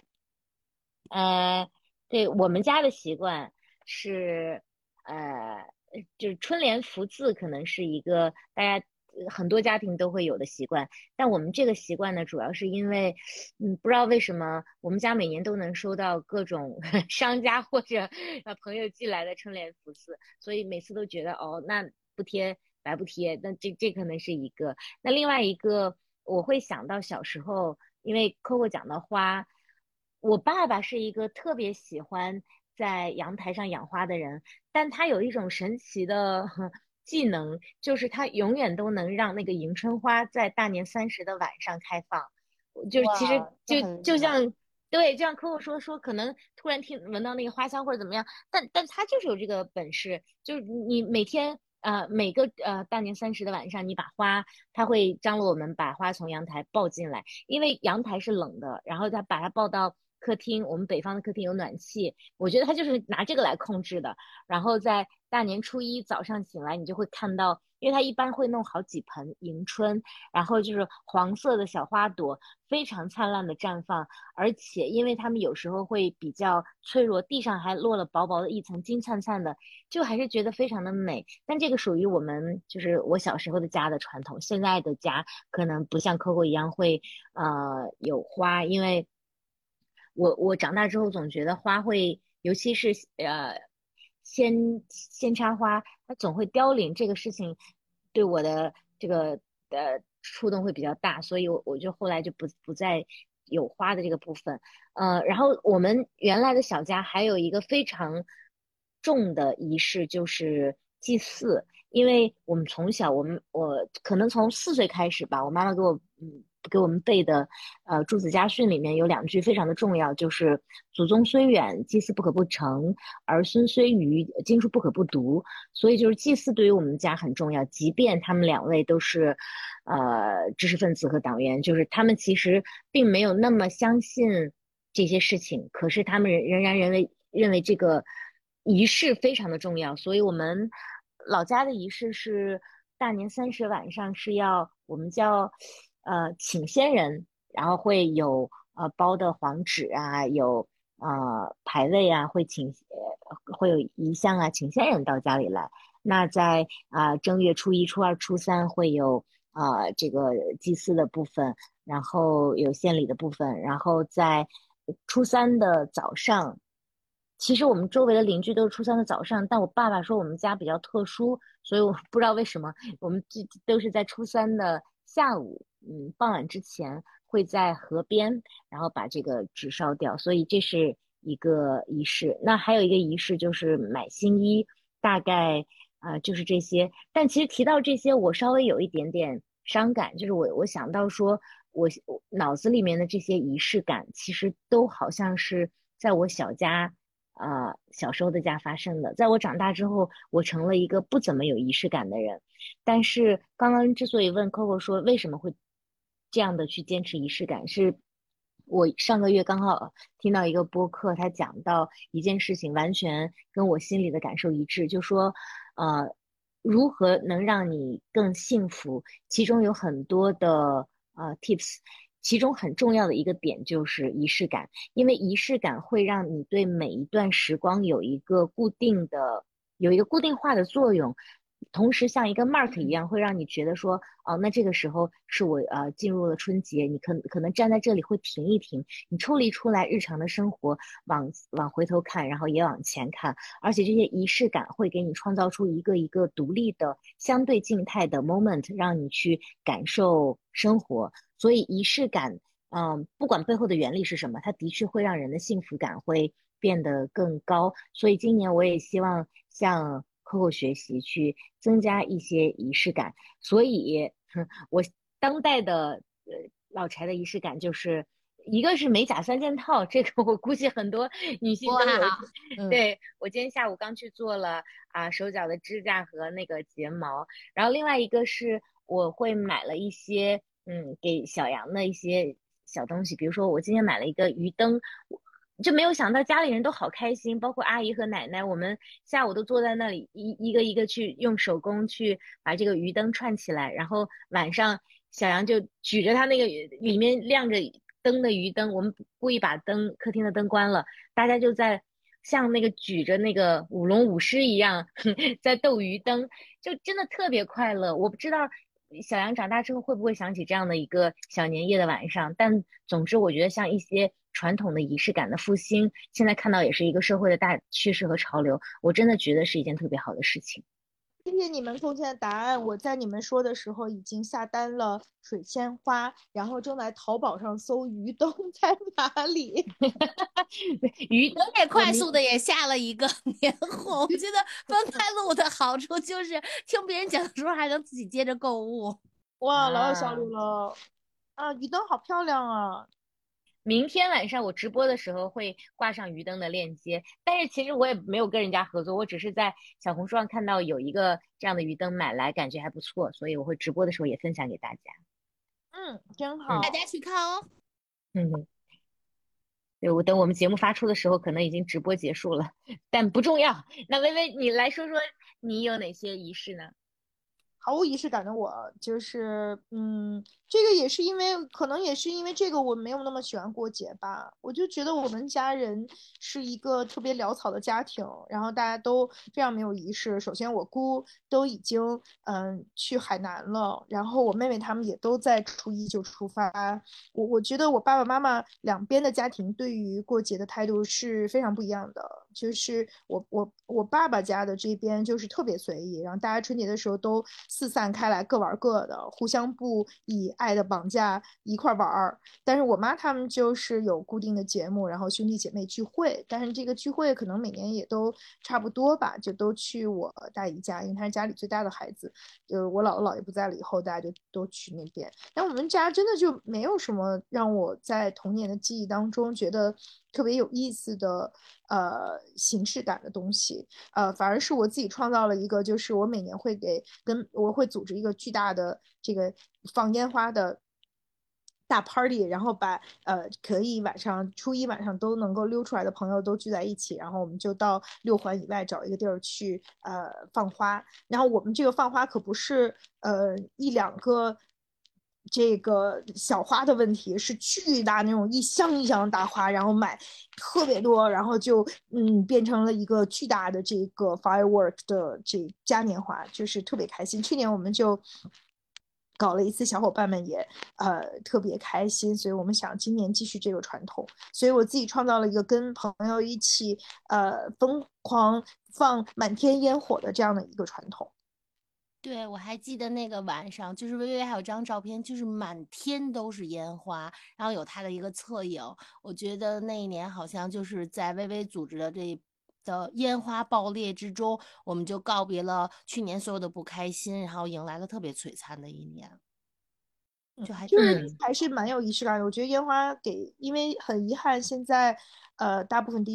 呃，对，我们家的习惯是，呃，就是春联福字可能是一个大家呃很多家庭都会有的习惯，但我们这个习惯呢，主要是因为，嗯，不知道为什么我们家每年都能收到各种商家或者呃朋友寄来的春联福字，所以每次都觉得哦，那不贴白不贴，那这这可能是一个。那另外一个，我会想到小时候，因为 Coco 讲到花。我爸爸是一个特别喜欢在阳台上养花的人，但他有一种神奇的技能，就是他永远都能让那个迎春花在大年三十的晚上开放。就是其实就就像对，就像 Coco 说说，可能突然听闻到那个花香或者怎么样，但但他就是有这个本事，就是你每天。呃，每个呃大年三十的晚上，你把花，他会张罗我们把花从阳台抱进来，因为阳台是冷的，然后他把它抱到客厅，我们北方的客厅有暖气，我觉得他就是拿这个来控制的。然后在大年初一早上醒来，你就会看到，因为他一般会弄好几盆迎春，然后就是黄色的小花朵，非常灿烂的绽放，而且因为他们有时候会比较脆弱，地上还落了薄薄的一层金灿灿的，就还是觉得非常的美。但这个属于我们就是我小时候的家的传统，现在的家可能不像 Coco 一样会呃有花，因为我我长大之后总觉得花会，尤其是呃鲜鲜插花，它总会凋零，这个事情对我的这个呃触动会比较大，所以我我就后来就不不再有花的这个部分。呃，然后我们原来的小家还有一个非常重的仪式，就是祭祀。因为我们从小，我们我可能从四岁开始吧，我妈妈给我嗯给我们背的呃《朱子家训》里面有两句非常的重要，就是祖宗虽远，祭祀不可不成；儿孙虽愚，经书不可不读。所以就是祭祀对于我们家很重要，即便他们两位都是呃知识分子和党员，就是他们其实并没有那么相信这些事情，可是他们仍仍然认为认为这个仪式非常的重要，所以我们老家的仪式是大年三十晚上是要我们叫呃请先人，然后会有呃包的黄纸啊，有呃牌位啊，会请呃会有遗像啊，请先人到家里来。那在啊、呃正月初一、初二、初三会有啊、呃这个祭祀的部分，然后有献礼的部分，然后在初三的早上。其实我们周围的邻居都是初三的早上，但我爸爸说我们家比较特殊，所以我不知道为什么我们这都是在初三的下午，嗯，傍晚之前会在河边，然后把这个纸烧掉，所以这是一个仪式。那还有一个仪式就是买新衣，大概啊、呃就是这些。但其实提到这些，我稍微有一点点伤感，就是我我想到说我我脑子里面的这些仪式感，其实都好像是在我小家。 呃小时候的家发生的。在我长大之后，我成了一个不怎么有仪式感的人。但是刚刚之所以问 Coco 说为什么会这样的去坚持仪式感，是我上个月刚好听到一个播客，他讲到一件事情，完全跟我心里的感受一致，就说，呃，如何能让你更幸福，其中有很多的呃 tips，其中很重要的一个点就是仪式感，因为仪式感会让你对每一段时光有一个固定的。有一个固定化的作用，同时像一个 mark 一样，会让你觉得说，哦，那这个时候是我呃进入了春节，你可可能站在这里会停一停，你抽离出来日常的生活，往往回头看，然后也往前看，而且这些仪式感会给你创造出一个一个独立的相对静态的 moment，让你去感受生活。所以仪式感，嗯，不管背后的原理是什么，它的确会让人的幸福感会变得更高。所以今年我也希望向 Coco 学习，去增加一些仪式感。所以，我当代的呃老柴的仪式感就是一个是美甲三件套，这个我估计很多女性都有。 哇，嗯， 对，我今天下午刚去做了啊手脚的指甲和那个睫毛，然后另外一个是我会买了一些嗯给小杨的一些小东西，比如说我今天买了一个鱼灯。就没有想到家里人都好开心，包括阿姨和奶奶，我们下午都坐在那里一一个一个去用手工去把这个鱼灯串起来，然后晚上小杨就举着他那个里面亮着灯的鱼灯，我们故意把灯客厅的灯关了，大家就在像那个举着那个舞龙舞狮一样在斗鱼灯，就真的特别快乐。我不知道小杨长大之后会不会想起这样的一个小年夜的晚上，但总之我觉得像一些传统的仪式感的复兴，现在看到也是一个社会的大趋势和潮流，我真的觉得是一件特别好的事情。 谢谢你们贡献的答案。我在你们说的时候已经下单了水仙花，然后正在淘宝上搜鱼灯在哪里。 鱼我也快速的也下了一个年货。我觉得分开录的好处就是听别人讲的时候还能自己接着购物。 哇，老有效率啊， 了啊！鱼灯好漂亮啊！ 明天晚上我直播的时候会挂上鱼灯的链接，但是其实我也没有跟人家合作，我只是在小红书上看到有一个这样的鱼灯买来，感觉还不错，所以我会直播的时候也分享给大家。 嗯，真嗯大家好。 去看哦。 嗯，对，我等我们节目发出的时候，可能已经直播结束了，但不重要。那微微，你来说说你有哪些仪式呢？ 毫无仪式感的我，就是，嗯，这个也是因为，可能也是因为这个，我没有那么喜欢过节吧。我就觉得我们家人是一个特别潦草的家庭，然后大家都非常没有仪式。首先，我姑都已经嗯去海南了，然后我妹妹他们也都在初一就出发。我我觉得我爸爸妈妈两边的家庭对于过节的态度是非常不一样的。就是我我我爸爸家的这边就是特别随意，然后大家春节的时候都四散开来，各玩各的，互相不以爱的绑架一块玩儿。但是我妈他们就是有固定的节目，然后兄弟姐妹聚会，但是这个聚会可能每年也都差不多吧，就都去我大姨家，因为她是家里最大的孩子。就是我姥姥姥爷不在了以后，大家就都去那边。但我们家真的就没有什么让我在童年的记忆当中觉得特别有意思的呃形式感的东西，呃，反而是我自己创造了一个，就是我每年会给跟我会组织一个巨大的这个放烟花的。大 party，然后把呃可以晚上初一晚上都能够溜出来的朋友都聚在一起，然后我们就到六环以外找一个地儿去呃放花。然后我们这个放花可不是呃一两个这个小花的问题，是巨大那种一箱一箱的大花，然后买特别多，然后就嗯变成了一个巨大的这个 firework 的这嘉年华，就是特别开心。去年我们就搞了一次，小伙伴们也呃特别开心，所以我们想今年继续这个传统。所以我自己创造了一个跟朋友一起呃疯狂放满天烟火的这样的一个传统。 对，我还记得那个晚上，就是微微还有张照片，就是满天都是烟花，然后有他的一个侧影。我觉得那一年好像就是在微微组织的这的烟花爆裂之中，我们就告别了去年所有的不开心，然后迎来了特别璀璨的一年， 嗯， 就还挺就是嗯还是蛮有仪式感的。我觉得烟花给，因为很遗憾，现在呃大部分地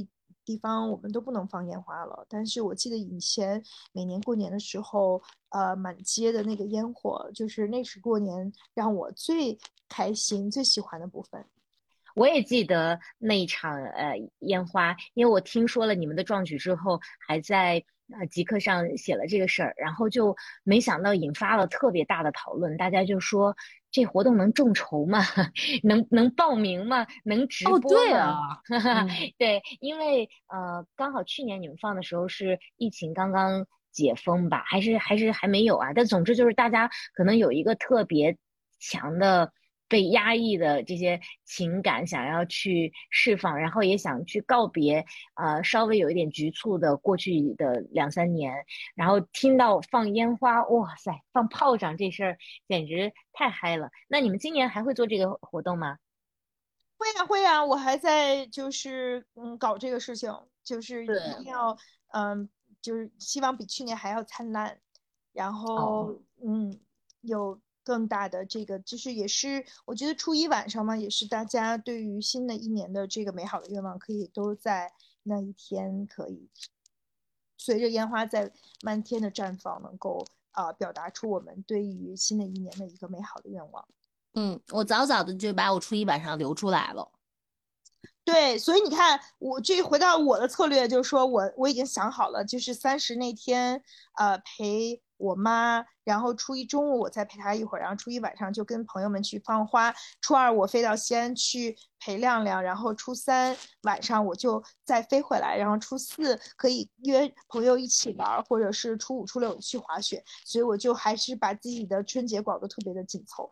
地方我们都不能放烟花了。但是我记得以前每年过年的时候，呃，满街的那个烟火，就是那是过年让我最开心、最喜欢的部分。 我也记得那一场呃烟花，因为我听说了你们的壮举之后，还在呃极客上写了这个事儿，然后就没想到引发了特别大的讨论，大家就说这活动能众筹吗？能能报名吗？能直哦， 播吗？ 对啊，嗯， 对，因为呃刚好去年你们放的时候是疫情刚刚解封吧，还是还是还没有啊？但总之就是大家可能有一个特别强的被压抑的这些情感，想要去释放，然后也想去告别，呃，稍微有一点局促的过去的两三年，然后听到放烟花，哇塞，放炮仗这事儿简直太嗨了。那你们今年还会做这个活动吗？ 会呀会呀，我还在就是嗯搞这个事情，就是对， 一定要嗯，就是希望比去年还要灿烂，然哦， 后嗯有更大的这个，就是也是我觉得初一晚上嘛，也是大家对于新的一年的这个美好的愿望，可以都在那一天可以随着烟花在漫天的绽放，能够啊、呃表达出我们对于新的一年的一个美好的愿望。 嗯，我早早的就把我初一晚上留出来了。 对，所以你看，我这回到我的策略，就是说我我已经想好了，就是三十那天，呃，陪我妈，然后初一中午我再陪她一会儿，然后初一晚上就跟朋友们去放花，初二我飞到西安去陪亮亮，然后初三晚上我就再飞回来，然后初四可以约朋友一起玩，或者是初五、初六去滑雪，所以我就还是把自己的春节搞得特别的紧凑。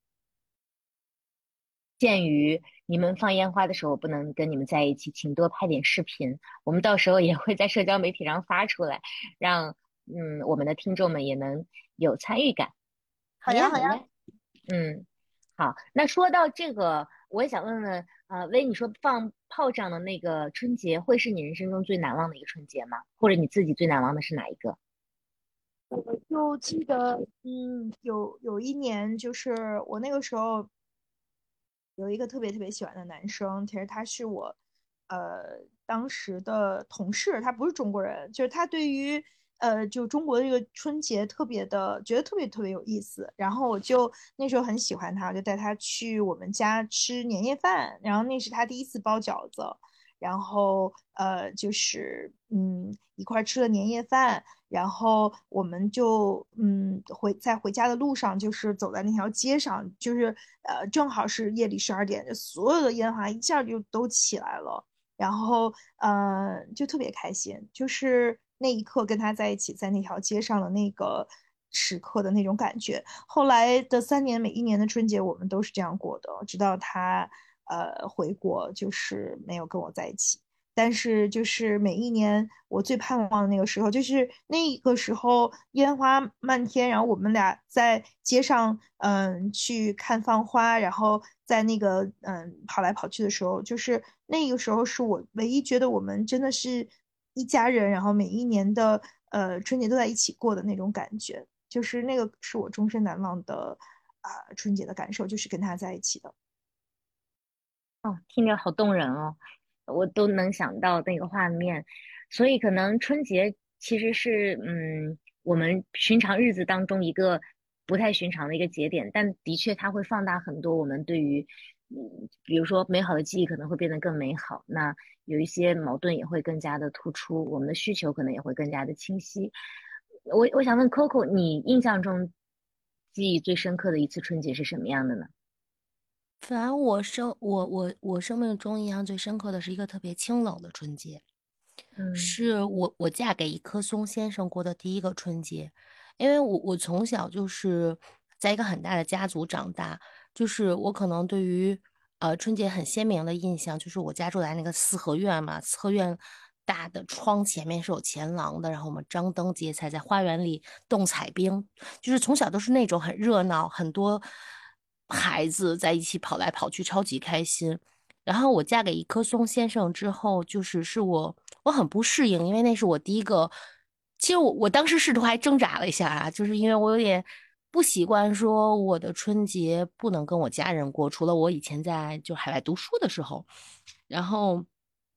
鉴于你们放烟花的时候不能跟你们在一起，请多拍点视频，我们到时候也会在社交媒体上发出来，让嗯我们的听众们也能有参与感。好呀， 好呀，好呀。 嗯，好。那说到这个，我也想问问，呃，薇，你说放炮仗的那个春节，会是你人生中最难忘的一个春节吗？或者你自己最难忘的是哪一个？ 我就记得，嗯，有有一年，就是我那个时候有一个特别特别喜欢的男生，其实他是我，呃，当时的同事，他不是中国人，就是他对于呃，就中国的这个春节特别的，觉得特别特别有意思。然后我就那时候很喜欢他，我就带他去我们家吃年夜饭，然后那是他第一次包饺子，然后呃，就是嗯一块儿吃了年夜饭。然后我们就嗯回在回家的路上，就是走在那条街上，就是呃正好是夜里十二点，就所有的烟花一下就都起来了，然后呃就特别开心，就是那一刻跟他在一起，在那条街上的那个时刻的那种感觉。后来的三年，每一年的春节我们都是这样过的，直到他呃回国，就是没有跟我在一起。但是就是每一年我最盼望的那个时候，就是那个时候烟花漫天，然后我们俩在街上嗯去看放花，然后在那个嗯跑来跑去的时候，就是那个时候是我唯一觉得我们真的是一家人，然后每一年的呃春节都在一起过的那种感觉，就是那个是我终身难忘的啊、春节的感受，就是跟他在一起的。 哦，听着好动人哦，我都能想到那个画面。所以可能春节其实是嗯我们寻常日子当中一个不太寻常的一个节点，但的确它会放大很多我们对于嗯比如说美好的记忆可能会变得更美好，那有一些矛盾也会更加的突出，我们的需求可能也会更加的清晰。我我想问 Coco，你印象中记忆最深刻的一次春节是什么样的呢？ 反正我生我我我生命中印象最深刻的是一个特别清冷的春节， 嗯。 是我我嫁给一棵松先生过的第一个春节。因为我我从小就是在一个很大的家族长大，就是我可能对于呃春节很鲜明的印象，就是我家住在那个四合院嘛，四合院大的窗前面是有前廊的，然后我们张灯结彩在花园里动彩冰，就是从小都是那种很热闹，很多孩子在一起跑来跑去，超级开心。然后我嫁给一棵松先生之后，就是是我我很不适应，因为那是我第一个。其实我我当时试图还挣扎了一下啊，就是因为我有点不习惯说我的春节不能跟我家人过，除了我以前在就海外读书的时候。然后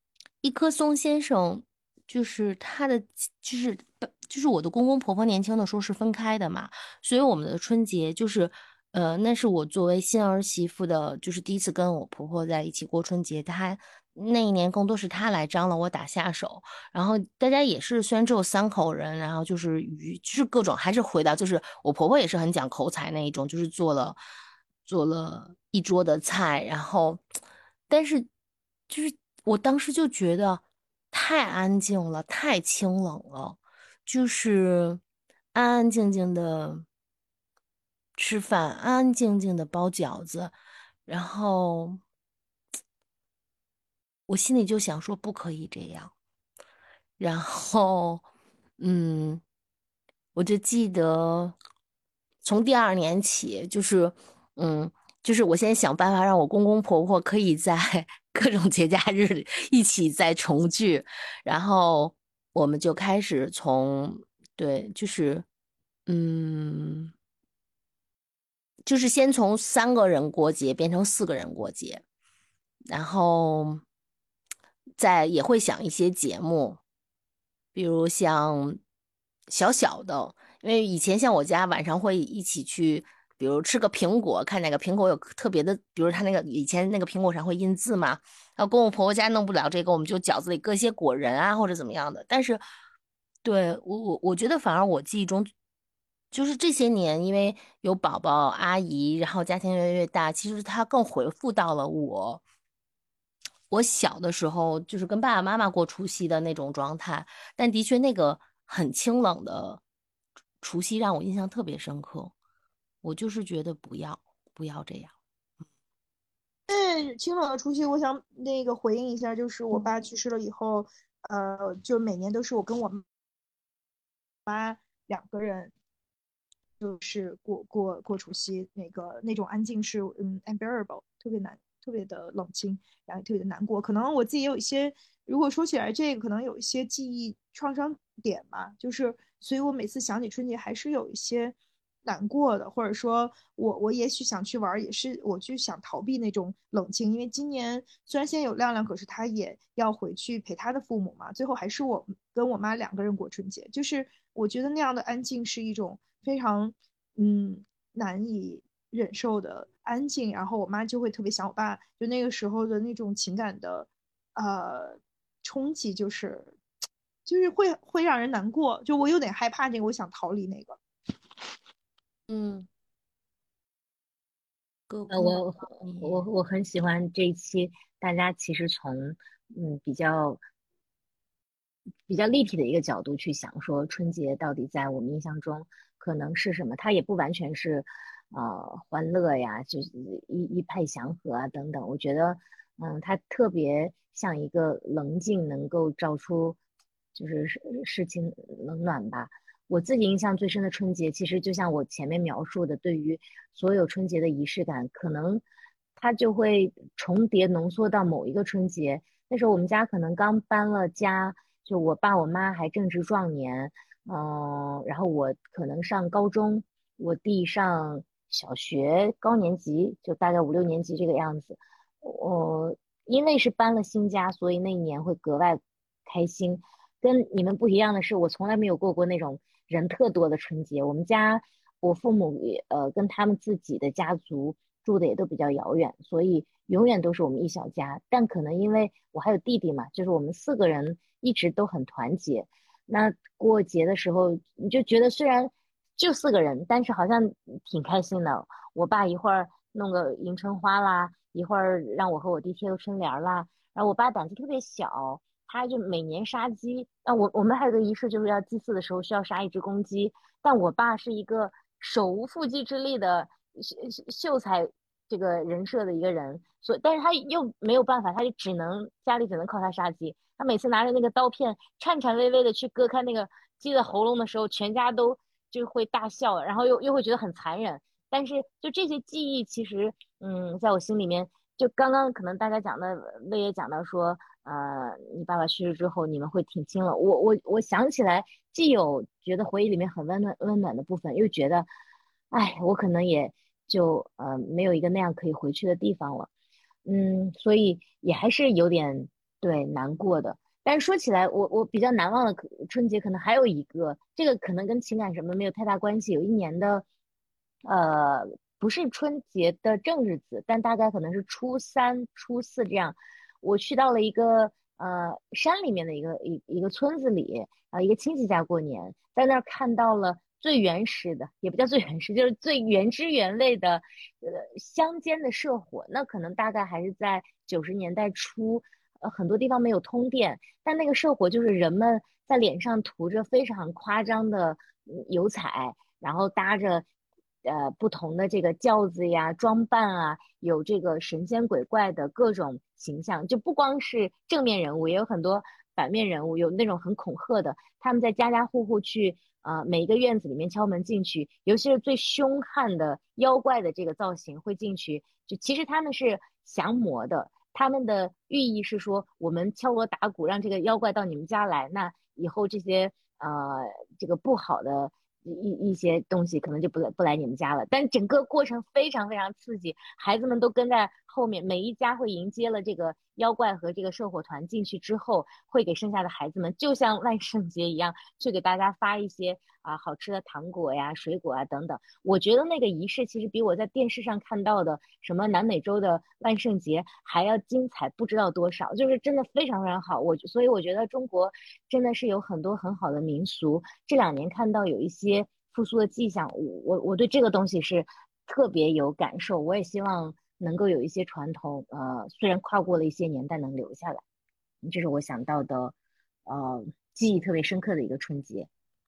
一棵松先生，就是他的，就是就是我的公公婆婆年轻的时候是分开的嘛，所以我们的春节就是，呃，那是我作为新儿媳妇的，就是第一次跟我婆婆在一起过春节。她那一年更多是她来张罗我打下手，然后大家也是虽然只有三口人，然后就是鱼，就是各种还是回到，就是我婆婆也是很讲口才那一种，就是做了做了一桌的菜，然后但是就是我当时就觉得太安静了，太清冷了。就是安安静静的吃饭，安安静静的包饺子，然后我心里就想说不可以这样，然后嗯，我就记得从第二年起，就是嗯，就是我现在想办法让我公公婆婆可以在各种节假日里一起再重聚，然后我们就开始从对，就是嗯，就是先从三个人过节变成四个人过节，然后再也会想一些节目，比如像小小的，因为以前像我家晚上会一起去，比如吃个苹果，看哪个苹果有特别的，比如他那个以前那个苹果上会印字嘛，然后公公婆婆家弄不了这个，我们就饺子里搁一些果仁啊或者怎么样的。但是，对我我我觉得反而我记忆中，就是这些年因为有宝宝阿姨，然后家庭越来越大，其实他更回复到了我。我小的时候就是跟爸爸妈妈过除夕的那种状态，但的确那个很清冷的除夕让我印象特别深刻。我就是觉得不要不要这样。 嗯，清冷的除夕，我想那个回应一下，就是我嗯爸去世了以后，呃，就每年都是我跟我妈两个人，就是过过过除夕，那个那种安静是嗯 unbearable，特别难，特别的冷清，然后特别的难过。可能我自己也有一些，如果说起来这个，可能有一些记忆创伤点吧，就是所以我每次想起春节还是有一些难过的，或者说我我也许想去玩，也是我就想逃避那种冷清，因为今年虽然现在有亮亮，可是他也要回去陪他的父母嘛，最后还是我跟我妈两个人过春节，就是我觉得那样的安静是一种非常嗯难以忍受的安静，然后我妈就会特别想我爸，就那个时候的那种情感的呃冲击，就是就是会会让人难过，就我有点害怕那个，我想逃离那个。 嗯，各呃， 过我我年。 我很喜欢这一期，大家其实从嗯比较比较立体的一个角度去想，说春节到底在我们印象中可能是什么？它也不完全是呃欢乐呀，就是一一派祥和啊等等。我觉得，嗯，它特别像一个棱镜，能够照出就是事事情冷暖吧。我自己印象最深的春节，其实就像我前面描述的，对于所有春节的仪式感，可能它就会重叠浓缩到某一个春节。那时候我们家可能刚搬了家，就我爸我妈还正值壮年，嗯、然后我可能上高中，我弟上小学高年级，就大概五六年级这个样子。我、因为是搬了新家，所以那一年会格外开心。跟你们不一样的是，我从来没有过过那种人特多的春节。我们家我父母也呃跟他们自己的家族住的也都比较遥远，所以永远都是我们一小家。但可能因为我还有弟弟嘛，就是我们四个人一直都很团结。那过节的时候，你就觉得虽然就四个人，但是好像挺开心的。我爸一会儿弄个迎春花啦，一会儿让我和我弟贴个春联啦。然后我爸胆子特别小，他就每年杀鸡。那我我们还有个仪式，就是要祭祀的时候需要杀一只公鸡。但我爸是一个手无缚鸡之力的秀秀才这个人设的一个人，所以但是他又没有办法，他就只能家里只能靠他杀鸡。他每次拿着那个刀片颤颤巍巍的去割开那个鸡的喉咙的时候，全家都就会大笑，然后又又会觉得很残忍。但是就这些记忆，其实嗯，在我心里面，就刚刚可能大家讲的，魏也讲到说，呃，你爸爸去世之后，你们会挺亲了。我我我想起来，既有觉得回忆里面很温暖温暖的部分，又觉得，哎，我可能也就呃没有一个那样可以回去的地方了。嗯，所以也还是有点对，难过的。但是说起来，我我比较难忘的可春节可能还有一个，这个可能跟情感什么没有太大关系。有一年的，呃，不是春节的正日子，但大概可能是初三、初四这样，我去到了一个呃山里面的一个一一个村子里，啊、一个亲戚家过年，在那儿看到了最原始的，也不叫最原始，就是最原汁原味的，呃，乡间的社火。那可能大概还是在九十年代初。呃，很多地方没有通电，但那个社火就是人们在脸上涂着非常夸张的嗯油彩，然后搭着呃不同的这个轿子呀、装扮啊，有这个神仙鬼怪的各种形象，就不光是正面人物，也有很多反面人物，有那种很恐吓的，他们在家家户户去。呃，每一个院子里面敲门进去，尤其是最凶悍的妖怪的这个造型会进去，就其实他们是降魔的，他们的寓意是说，我们敲锣打鼓让这个妖怪到你们家来，那以后这些呃这个不好的一一些东西可能就不来不来你们家了。但整个过程非常非常刺激，孩子们都跟在后面，每一家会迎接了这个妖怪和这个社火团进去之后，会给剩下的孩子们，就像万圣节一样，去给大家发一些啊好吃的糖果呀、水果啊等等。我觉得那个仪式其实比我在电视上看到的什么南美洲的万圣节还要精彩，不知道多少，就是真的非常非常好。我所以我觉得中国真的是有很多很好的民俗，这两年看到有一些复苏的迹象，我我我对这个东西是特别有感受。我也希望能够有一些传统，呃，虽然跨过了一些年代能留下来，这是我想到的，呃，记忆特别深刻的一个春节。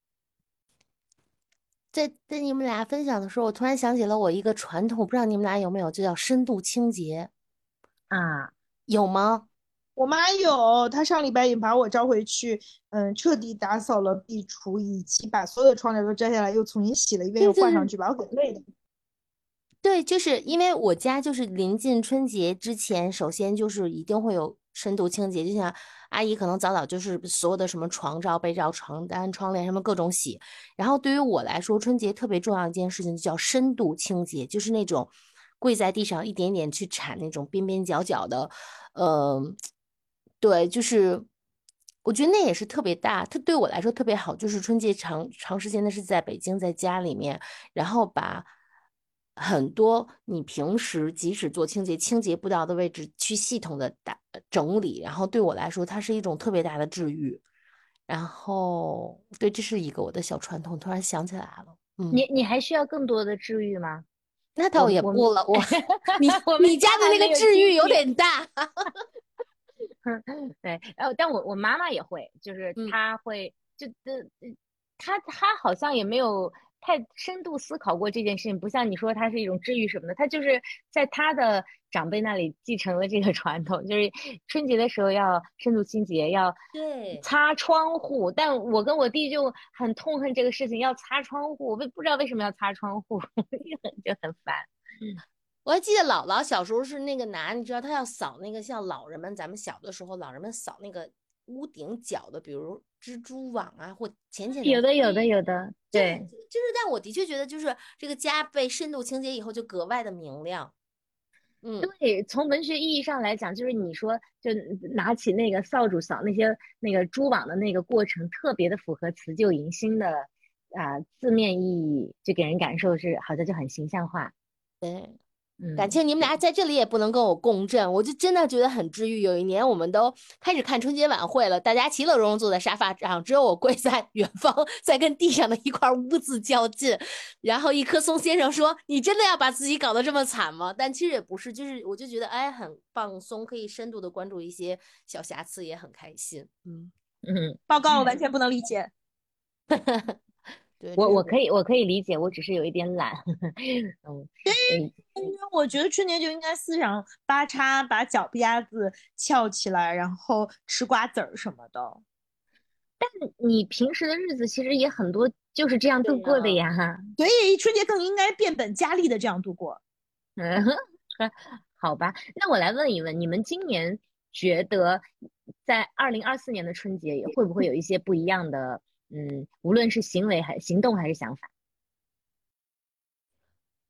在在你们俩分享的时候，我突然想起了我一个传统，不知道你们俩有没有，就叫深度清洁， 啊， 有吗？ 我妈有，她上礼拜也把我招回去，嗯，彻底打扫了壁橱，以及把所有的窗帘都摘下来，又重新洗了一遍，又对对对换上去，把我给累的。 对，就是因为我家就是临近春节之前，首先就是一定会有深度清洁，就像阿姨可能早早就是所有的什么床罩、被罩、床单、窗帘什么各种洗。然后对于我来说，春节特别重要一件事情就叫深度清洁，就是那种跪在地上一点点去铲那种边边角角的，呃，对，就是我觉得那也是特别大，它对我来说特别好，就是春节长长时间的是在北京，在家里面。然后把很多你平时即使做清洁清洁不到的位置去系统的打整理，然后对我来说，它是一种特别大的治愈。然后，对，这是一个我的小传统，突然想起来了。嗯， 你你还需要更多的治愈吗？ 那倒我我们也不了，我你我们你家的那个家还没有治愈有亲戚。 点大。 对，然后但我我妈妈也会，就是嗯。 她会就的，她她好像也没有太深度思考过这件事情，不像你说它是一种治愈什么的，她就是在她的长辈那里继承了这个传统，就是春节的时候要深度清洁，要对， 擦窗户。但我跟我弟就很痛恨这个事情，要擦窗户，我不不知道为什么要擦窗户，就很就很烦。 我还记得姥姥小时候是那个拿，你知道她要扫那个像老人们，咱们小的时候，老人们扫那个屋顶角的，比如蜘蛛网啊，或浅浅的有的有的灰。 有的， 就是对。 就是，但我的确觉得，就是这个家被深度清洁以后，就格外的明亮。嗯， 对，从文学意义上来讲，就是你说，就拿起那个扫帚扫那些那个蛛网的那个过程，特别的符合辞旧迎新的啊、字面意义，就给人感受是好像就很形象化。 对。感嗯， 情你们俩在这里也不能跟我共振，我就真的觉得很治愈。有一年我们都开始看春节晚会了，大家其乐融融坐在沙发上，只有我跪在远方，在跟地上的一块污渍较劲。然后一棵松先生说：“你真的要把自己搞得这么惨吗？”但其实也不是，就是我就觉得哎很放松，可以深度的关注一些小瑕疵，也很开心。嗯嗯， 报告，我完全不能理解。 对，这我是我。 我可以我可以理解，我只是有一点懒。嗯嗯， 因为我觉得春节就应该四仰八叉，把脚丫子翘起来，然后吃瓜子儿什么的。 你平时的日子其实也很多就是这样度对呀、 过的呀。 所以春节更应该变本加厉的这样度过。 嗯，好吧，那我来问一问，你们今年觉得在二零二四年的春节会不会有一些不一样的，嗯，无论是行为还行动还是想法？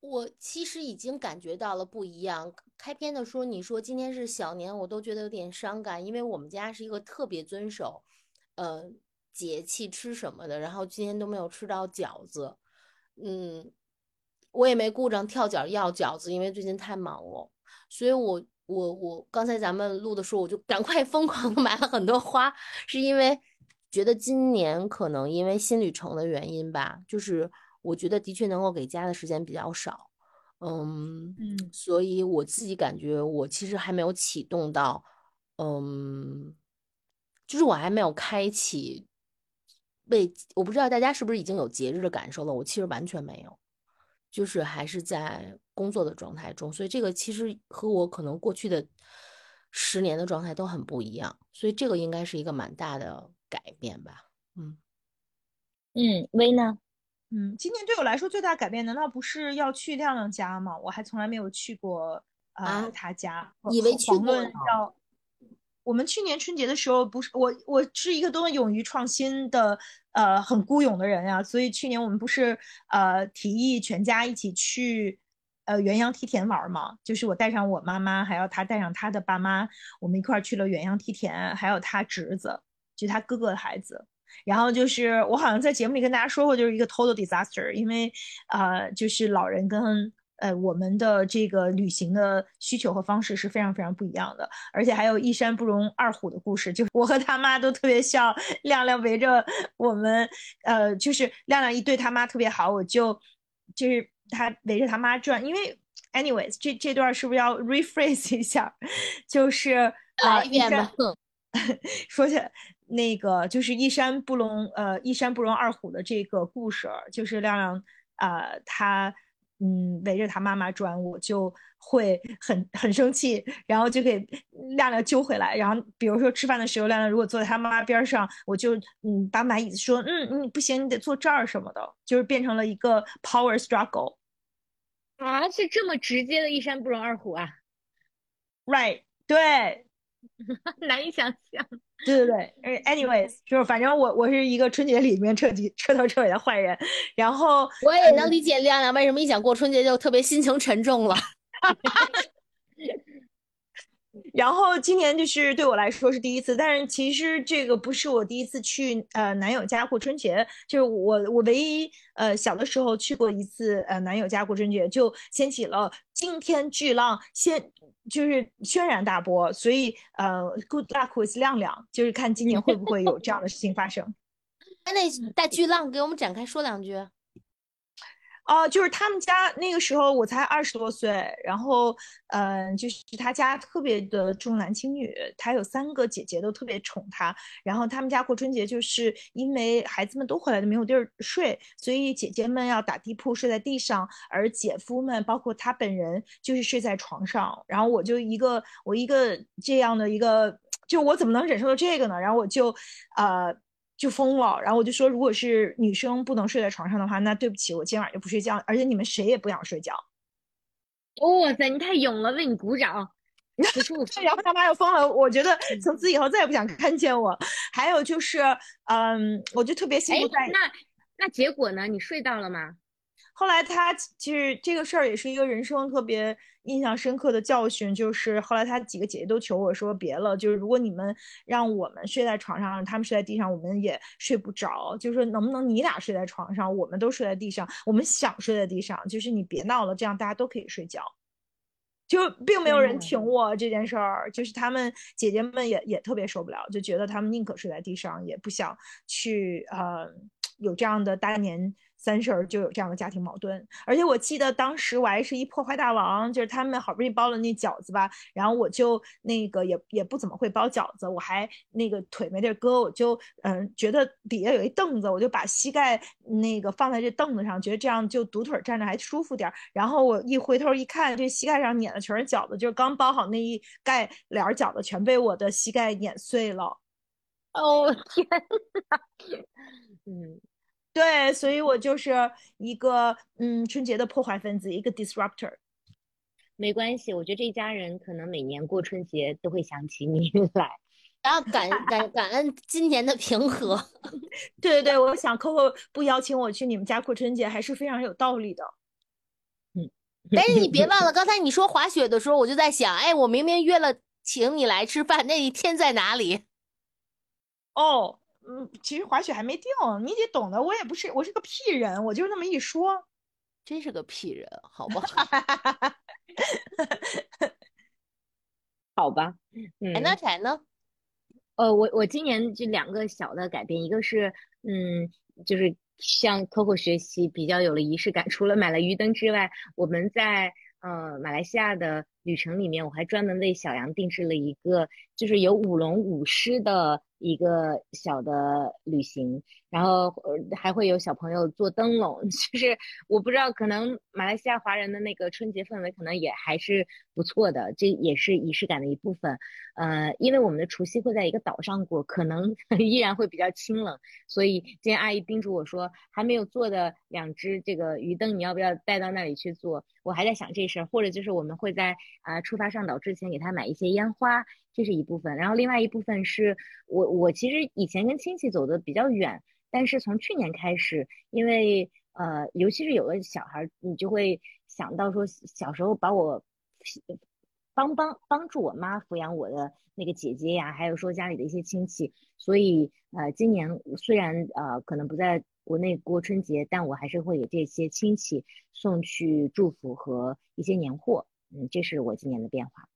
我其实已经感觉到了不一样。开篇的时候你说今天是小年，我都觉得有点伤感，因为我们家是一个特别遵守，呃，节气吃什么的，然后今天都没有吃到饺子，嗯，我也没顾上跳脚要饺子，因为最近太忙了，所以我我我刚才咱们录的时候，我就赶快疯狂的买了很多花，是因为觉得今年可能因为新旅程的原因吧，就是我觉得的确能够给家的时间比较少，嗯， 嗯， 所以我自己感觉我其实还没有启动到，嗯，就是我还没有开启为，我不知道大家是不是已经有节日的感受了，我其实完全没有。就是还是在工作的状态中，所以这个其实和我可能过去的十年的状态都很不一样，所以这个应该是一个蛮大的改变吧。嗯嗯，薇呢？ 嗯，今年对我来说最大改变，难道不是要去亮亮家吗？我还从来没有去过呃啊， 他家。 以为去遑过了。 论要我们去年春节的时候，不是我我是一个多么勇于创新的呃很孤勇的人呀，所以去年我们不是呃提议全家一起去呃元阳梯田玩嘛，就是我带上我妈妈，还有他带上他的爸妈，我们一块儿去了元阳梯田，还有他侄子，就他哥哥的孩子。然后就是我好像在节目里跟大家说过，就是一个 total disaster，因为呃，就是老人跟呃我们的这个旅行的需求和方式是非常非常不一样的，而且还有一山不容二虎的故事，就我和他妈都特别像亮亮围着我们，呃，就是亮亮一对他妈特别好，我就就是他围着他妈转，因为 anyways 这这段是不是要 rephrase 一下？就是来呃一山。 一遍吧。 说起来，那个就是一山不容呃一山不容二虎的这个故事，就是亮亮呃他嗯围着他妈妈转，我就会很很生气，然后就给亮亮揪回来。然后比如说吃饭的时候，亮亮如果坐在他妈妈边上，我就嗯把买椅子说嗯嗯不行，你得坐这儿什么的，就是变成了一个 power struggle。 啊，是这么直接的一山不容二虎啊， Right，对， 难以想象。 对对对，呃，anyways，就是反正我我是一个春节里面彻底彻头彻尾的坏人，然后我也能理解亮亮为什么一想过春节就特别心情沉重了。 然后今年就是对我来说是第一次，但是其实这个不是我第一次去呃男友家过春节，就是我我唯一呃小的时候去过一次呃男友家过春节，就掀起了惊天巨浪，先就是轩然大波，所以呃 good luck with 亮亮，就是看今年会不会有这样的事情发生。 那大巨浪给我们展开说两句。 哦，就是他们家那个时候我才二十多岁，然后，嗯、呃，就是他家特别的重男轻女，他有三个姐姐都特别宠他，然后他们家过春节就是因为孩子们都回来都没有地儿睡，所以姐姐们要打地铺睡在地上，而姐夫们包括他本人就是睡在床上，然后我就一个我一个这样的一个，就我怎么能忍受到这个呢？然后我就，呃。就疯了，然后我就说，如果是女生不能睡在床上的话，那对不起，我今晚就不睡觉，而且你们谁也不想睡觉。 哇塞，你太勇了，为你鼓掌！此处然后他妈又疯了，我觉得从此以后再也不想看见我。还有就是，嗯，我就特别心哎， 不在。 那那结果呢？你睡到了吗？ 后来他其实这个事儿也是一个人生特别印象深刻的教训，就是后来他几个姐姐都求我说别了，就是如果你们让我们睡在床上，他们睡在地上，我们也睡不着。就是说能不能你俩睡在床上，我们都睡在地上，我们想睡在地上，就是你别闹了，这样大家都可以睡觉。就并没有人挺我这件事儿，就是他们姐姐们也也特别受不了，就觉得他们宁可睡在地上，也不想去呃有这样的大年三十儿就有这样的家庭矛盾。而且我记得当时我还是一破坏大王，就是他们好不容易包了那饺子吧，然后我就那个也也不怎么会包饺子，我还那个腿没地儿搁，我就嗯、呃、觉得底下有一凳子，我就把膝盖那个放在这凳子上，觉得这样就独腿站着还舒服点。然后我一回头一看，这膝盖上碾的全是饺子，就是刚包好那一盖脸饺子，全被我的膝盖碾碎了。 哦天哪！嗯， 对，所以我就是一个嗯春节的破坏分子，一个 disruptor。 没关系，我觉得这家人可能每年过春节都会想起你来。 然后感感感恩今年的平和。 对对对，我想 Coco 不邀请我去你们家过春节，还是非常有道理的。 嗯。 但是你别忘了，刚才你说滑雪的时候，我就在想，哎，我明明约了请你来吃饭，那一天在哪里？ 哦，嗯，其实滑雪还没定，你得懂得，我也不是，我是个屁人，我就那么一说。 真是个屁人，好不好？ 好吧， 哎，那嗯。 柴呢？ 呃，我我今年就两个小的改变，一个是，嗯，就是向 Coco 学习，比较有了仪式感。除了买了鱼灯之外，我们在呃马来西亚的旅程里面，我还专门为小杨定制了一个，就是有舞龙舞狮的一个小的旅行。然后呃还会有小朋友做灯笼，就是我不知道，可能马来西亚华人的那个春节氛围可能也还是不错的，这也是仪式感的一部分。呃，因为我们的除夕会在一个岛上过，可能依然会比较清冷，所以今天阿姨叮嘱我说，还没有做的两只这个鱼灯，你要不要带到那里去做？我还在想这事儿，或者就是我们会在啊、呃出发上岛之前给他买一些烟花，这是一部分。然后另外一部分是我我其实以前跟亲戚走的比较远，但是从去年开始，因为呃，尤其是有了小孩，你就会想到说小时候把我帮帮帮助我妈抚养我的那个姐姐呀，还有说家里的一些亲戚，所以呃，今年虽然呃可能不在国内过春节，但我还是会给这些亲戚送去祝福和一些年货，嗯，这是我今年的变化。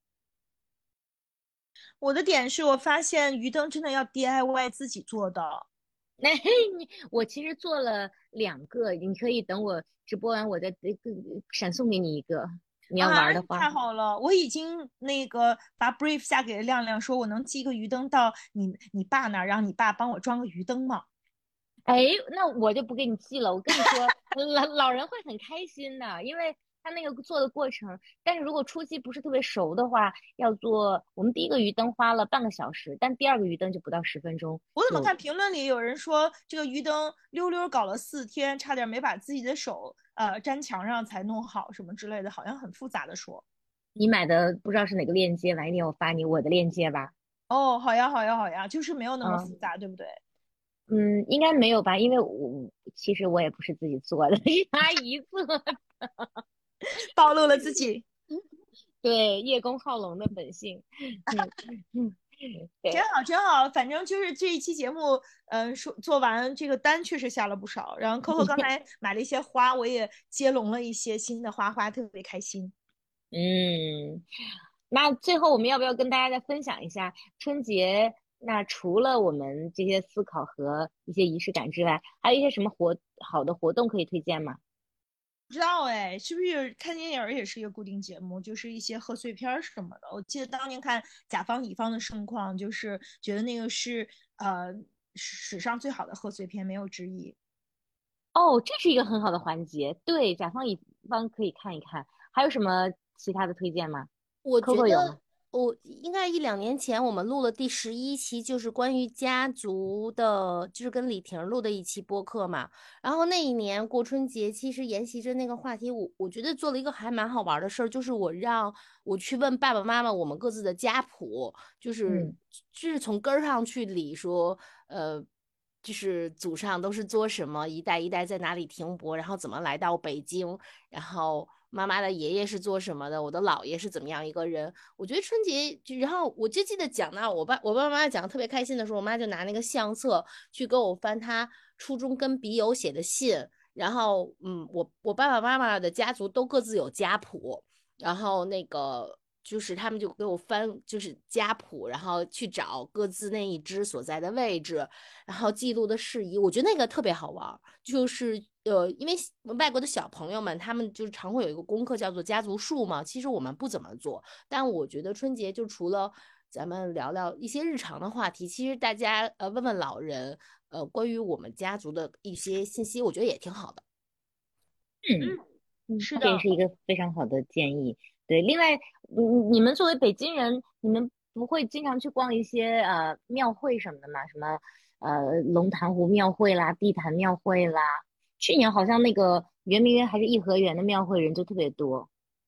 我的点是我发现鱼灯真的要 D I Y 自己做的。 那你我其实做了两个，你可以等我直播完，我再呃闪送给你一个，你要啊， 玩的话。 太好了！我已经那个把 brief 下给了亮亮，说我能寄个鱼灯到你你爸那儿，让你爸帮我装个鱼灯吗？ 哎，那我就不给你寄了。我跟你说，老老人会很开心的，因为他那个做的过程。但是如果初期不是特别熟的话，要做我们第一个鱼灯花了半个小时，但第二个鱼灯就不到十分钟就。 我怎么看评论里有人说这个鱼灯溜溜搞了四天，差点没把自己的手呃粘墙上才弄好什么之类的，好像很复杂的说。 你买的不知道是哪个链接，晚一点我发你我的链接吧。 哦，好呀，好呀，好呀，就是没有那么复嗯杂，对不对？ 嗯，应该没有吧？因为我其实我也不是自己做的，是阿姨做的。 暴露了自己。 对，叶公好龙的本性。嗯嗯，对。 真好，真好，反正就是这一期节目，嗯、呃，说做完这个单确实下了不少。然后 Coco 刚才买了一些花，我也接龙了一些新的花花，特别开心。 嗯，那最后我们要不要跟大家再分享一下春节？那除了我们这些思考和一些仪式感之外，还有一些什么活好的活动可以推荐吗？ 不知道哎，是不是看电影也是一个固定节目？就是一些贺岁片什么的。我记得当年看甲方乙方的盛况，就是觉得那个是呃史上最好的贺岁片，没有之一。 哦，这是一个很好的环节，对，甲方乙方可以看一看。还有什么其他的推荐吗我觉 ？Coco 有吗？ 得我应该一两年前我们录了第十一期，就是关于家族的，就是跟李婷录的一期播客嘛。然后那一年过春节，其实沿袭着那个话题，我我觉得做了一个还蛮好玩的事儿，就是我让我去问爸爸妈妈我们各自的家谱，就是嗯。 就是从根儿上去理说，呃。就是祖上都是做什么，一代一代在哪里停泊，然后怎么来到北京，然后妈妈的爷爷是做什么的，我的姥爷是怎么样一个人。我觉得春节就，然后我就记得讲到我爸，我爸爸妈妈讲的特别开心的时候，我妈就拿那个相册去给我翻他初中跟笔友写的信，然后嗯，我我爸爸妈妈的家族都各自有家谱，然后那个。就是他们就给我翻，就是家谱，然后去找各自那一支所在的位置，然后记录的事宜，我觉得那个特别好玩。就是呃，因为外国的小朋友们，他们就常会有一个功课叫做家族树嘛。其实我们不怎么做，但我觉得春节就除了咱们聊聊一些日常的话题，其实大家呃问问老人，呃关于我们家族的一些信息，我觉得也挺好的。 嗯嗯， 嗯， 是的。 这也是一个非常好的建议。对，另外，嗯，你们作为北京人，你们不会经常去逛一些呃庙会什么的吗？什么呃龙潭湖庙会啦、地坛庙会啦。去年好像那个圆明园还是颐和园的庙会人就特别多。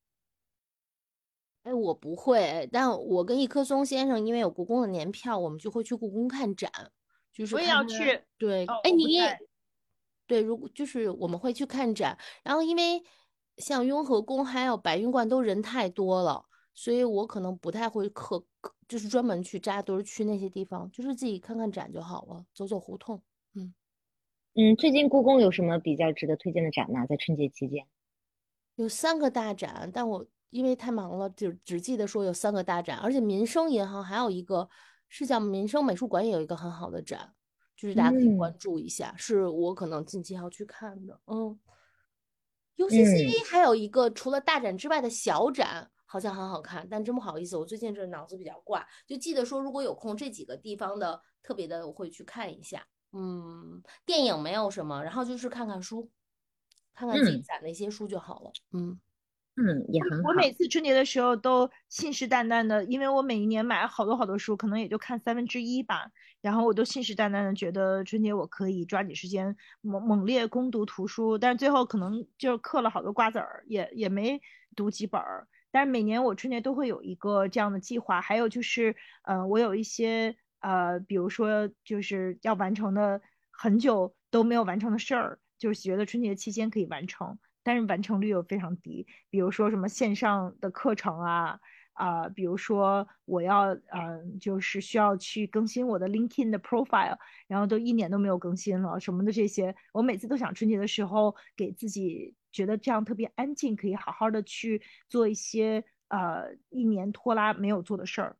哎，我不会，但我跟一棵松先生因为有故宫的年票，我们就会去故宫看展，就是我也看他。 要去。 对， 哦， 哎，你也我不在。 对，如果就是我们会去看展，然后因为像雍和宫还有白云观都人太多了，所以我可能不太会刻，就是专门去扎堆去那些地方，就是自己看看展就好了，走走胡同。嗯嗯，最近故宫有什么比较值得推荐的展吗？在春节期间？ 有三个大展，但我因为太忙了，只只记得说有三个大展，而且民生银行还有一个是叫民生美术馆，也有一个很好的展，就是大家可以嗯关注一下，是我可能近期要去看的。嗯嗯。 ，U C C 还有一个除了大展之外的小展，好像很好看，但真不好意思，我最近这脑子比较挂，就记得说如果有空这几个地方的特别的，我会去看一下。嗯，电影没有什么，然后就是看看书，看看自己嗯攒的一些书就好了。嗯。 嗯，也很好。 我每次春节的时候都信誓旦旦的，因为我每一年买好多好多书，可能也就看三分之一吧，然后我都信誓旦旦的觉得春节我可以抓紧时间猛猛烈攻读图书，但是最后可能就嗑了好多瓜子儿，也也没读几本儿。但是每年我春节都会有一个这样的计划，还有就是，呃，我有一些呃，比如说就是要完成的很久都没有完成的事儿，就是觉得春节期间可以完成。但是完成率又非常低。比如说什么线上的课程啊，啊、比如说我要嗯、呃就是需要去更新我的 LinkedIn 的 profile，然后都一年都没有更新了什么的这些，我每次都想春节的时候给自己觉得这样特别安静，可以好好的去做一些呃一年拖拉没有做的事儿。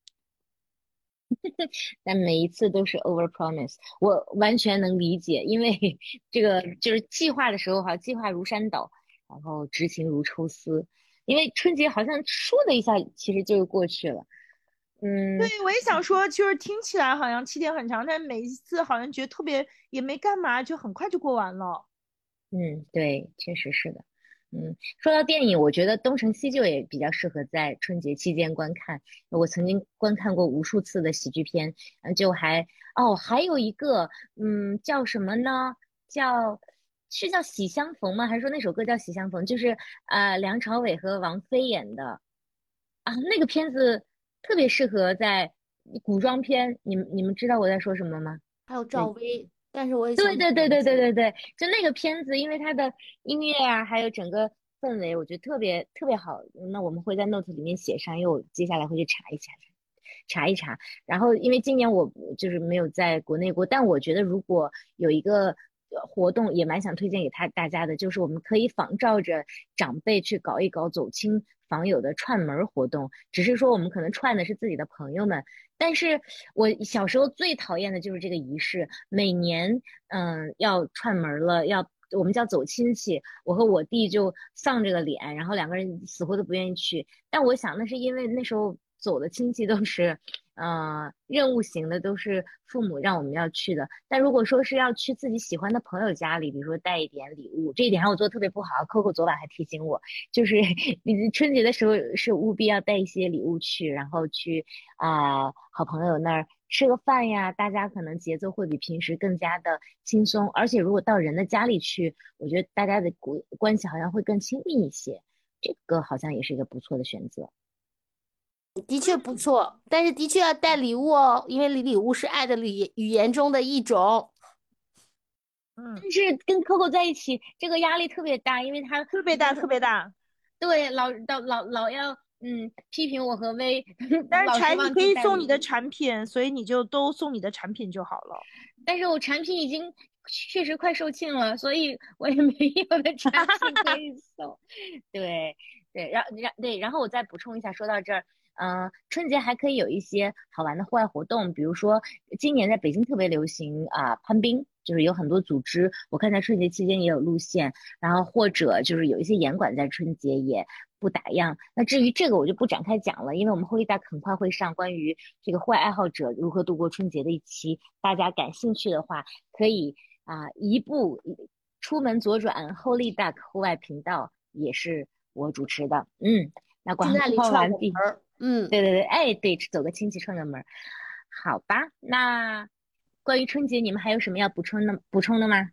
但每一次都是 over promise，我完全能理解，因为这个就是计划的时候哈，计划如山倒，然后执行如抽丝。因为春节好像倏的一下，其实就过去了。 对， 嗯我也想说，就是听起来好像七天很长，但是每一次好像觉得特别也没干嘛，就很快就过完了。 嗯，对，确实是的。嗯，说到电影，我觉得《东成西就》也比较适合在春节期间观看。我曾经观看过无数次的喜剧片，嗯，就还哦，还有一个，嗯，叫什么呢？叫是叫《喜相逢》吗？还是说那首歌叫《喜相逢》？就是呃，梁朝伟和王菲演的啊，那个片子特别适合在古装片。你们你们知道我在说什么吗？ 还有赵对。 薇，但是我也想不起对对对对对名字了。 对对，就那个片子，因为它的音乐啊，还有整个氛围，我觉得特别特别好。那我们会在 note 里面写上，因为我接下来会去查一查，查一查。然后，因为今年我就是没有在国内过，但我觉得如果有一个呃活动，也蛮想推荐给他大家的，就是我们可以仿照着长辈去搞一搞走亲访友的串门儿活动，只是说我们可能串的是自己的朋友们。但是我小时候最讨厌的就是这个仪式，每年嗯要串门了，要我们叫走亲戚，我和我弟就丧这个脸，然后两个人死活都不愿意去。但我想那是因为那时候走的亲戚都是呃任务型的，都是父母让我们要去的。但如果说是要去自己喜欢的朋友家里，比如说带一点礼物，这一点上我做的特别不好。Coco 昨晚还提醒我，就是你春节的时候是务必要带一些礼物去，然后去啊、呃好朋友那儿吃个饭呀，大家可能节奏会比平时更加的轻松。而且如果到人的家里去，我觉得大家的关关系好像会更亲密一些，这个好像也是一个不错的选择。 的确不错，但是的确要带礼物哦，因为礼礼物是爱的语语言中的一种。 嗯， 但是跟 Coco 在一起，这个压力特别大，因为他特别大，特别大。 对老老老老要嗯批评我和薇， 但是老是忘记产你可以带礼物。 送你的产品，所以你就都送你的产品就好了。 但是我产品已经确实快售罄了，所以我也没有的产品可以送。对对，然然对，然后我再补充一下，说到这儿，嗯、呃春节还可以有一些好玩的户外活动，比如说今年在北京特别流行啊、攀冰，就是有很多组织，我看在春节期间也有路线，然后或者就是有一些严管在春节也不打烊。那至于这个我就不展开讲了，因为我们会大很快会上关于这个户外爱好者如何度过春节的一期，大家感兴趣的话可以啊、一步出门左转 Holy Duck 户外频道也是我主持的。嗯，那去广告那里串完毕。 个门儿。嗯。 对对对，哎，对，走个亲戚串个门儿，好吧？那关于春节你们还有什么要补充的补充的吗？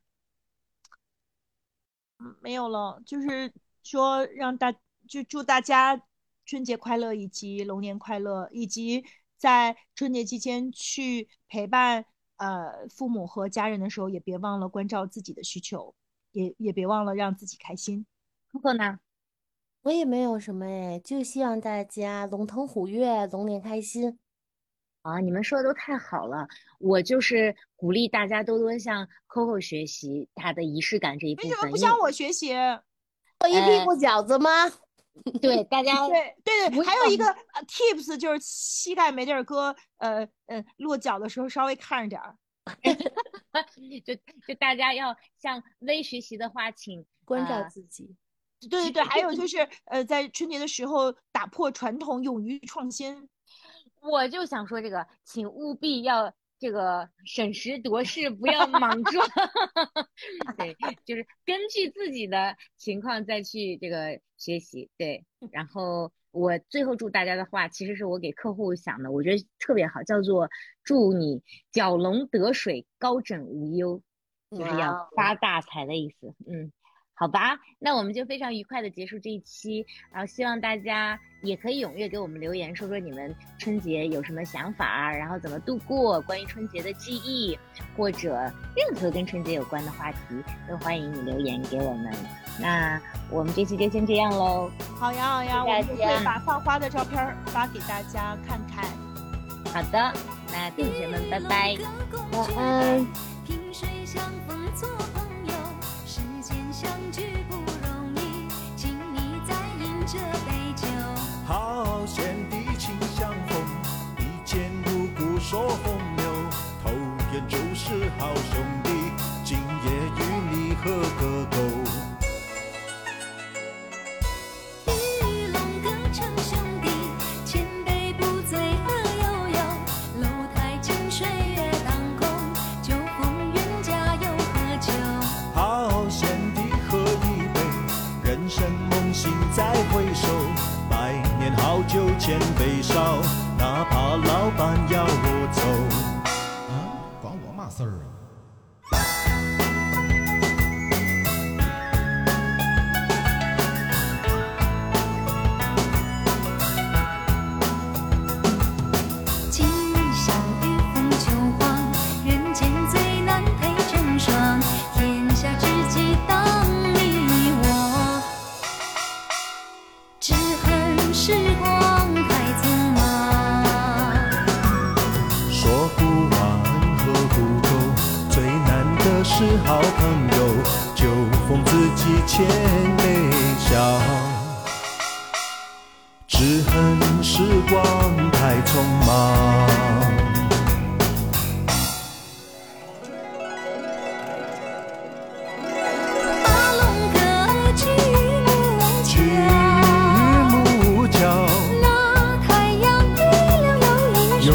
嗯，没有了，就是说让大就祝大家春节快乐，以及龙年快乐，以及在春节期间去陪伴呃父母和家人的时候，也别忘了关照自己的需求，也也别忘了让自己开心。 Coco 呢？ 我也没有什么哎，就希望大家龙腾虎跃，龙年开心。 啊，你们说的都太好了，我就是鼓励大家多多向 Coco 学习他的仪式感这一部分。 为什么不向我学习？ 做一屁股饺子吗？ 呃、对，大家对对对，还有一个、呃、tips 就是膝盖没地儿搁，呃呃，落脚的时候稍微看着点儿。 就就大家要向微学习的话，请关照自己。 呃、对对对，还有就是呃，在春节的时候打破传统，勇于创新。 我就想说这个，请务必要这个审时度势，不要莽撞。对，就是根据自己的情况再去这个学习。对，然后我最后祝大家的话，其实是我给客户想的，我觉得特别好，叫做祝你蛟龙得水，高枕无忧，就是要发大财的意思。嗯。好吧，那我们就非常愉快的结束这一期，然后希望大家也可以踊跃给我们留言，说说你们春节有什么想法，然后怎么度过，关于春节的记忆，或者任何跟春节有关的话题，都欢迎你留言给我们。那我们这期就先这样喽。 好呀好呀，我们会把放花的照片发给大家看看。 好的，那同学们拜拜， 晚安。 相聚不容易，请你再饮这杯酒。好险的情相逢，一见如故说风流。投缘就是好兄弟，今夜与你喝个够。与龙歌成兄弟，千杯不醉乐悠悠。楼台尽水月当空，酒逢冤家又何求。好险人生梦醒再回首，百年好酒千杯少，哪怕老板要我走。啊，关我嘛事儿啊！今宵雨风秋黄，人间最难配成双，天下知己当时光太匆忙，说不完喝不够，最难的是好朋友，酒逢知己千杯笑，只恨时光太匆忙。把龙歌举目瞧，那太阳一溜又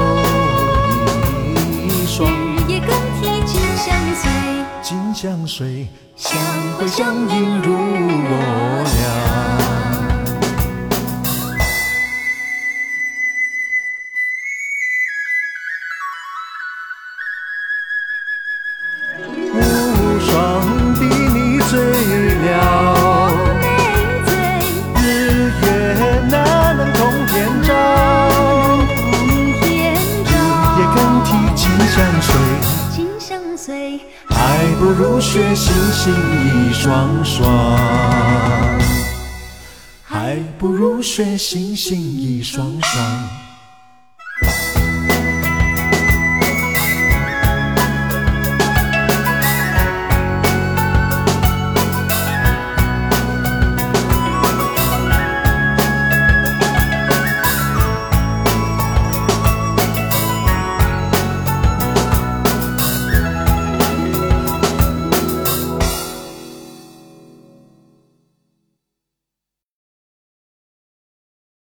一双，日夜更替紧相随，紧相随，相会相映入我俩。无双比你最了，日月哪能同天照，日夜更替紧相随，紧相随，还不如学星星一双双，还不如学星星一双双。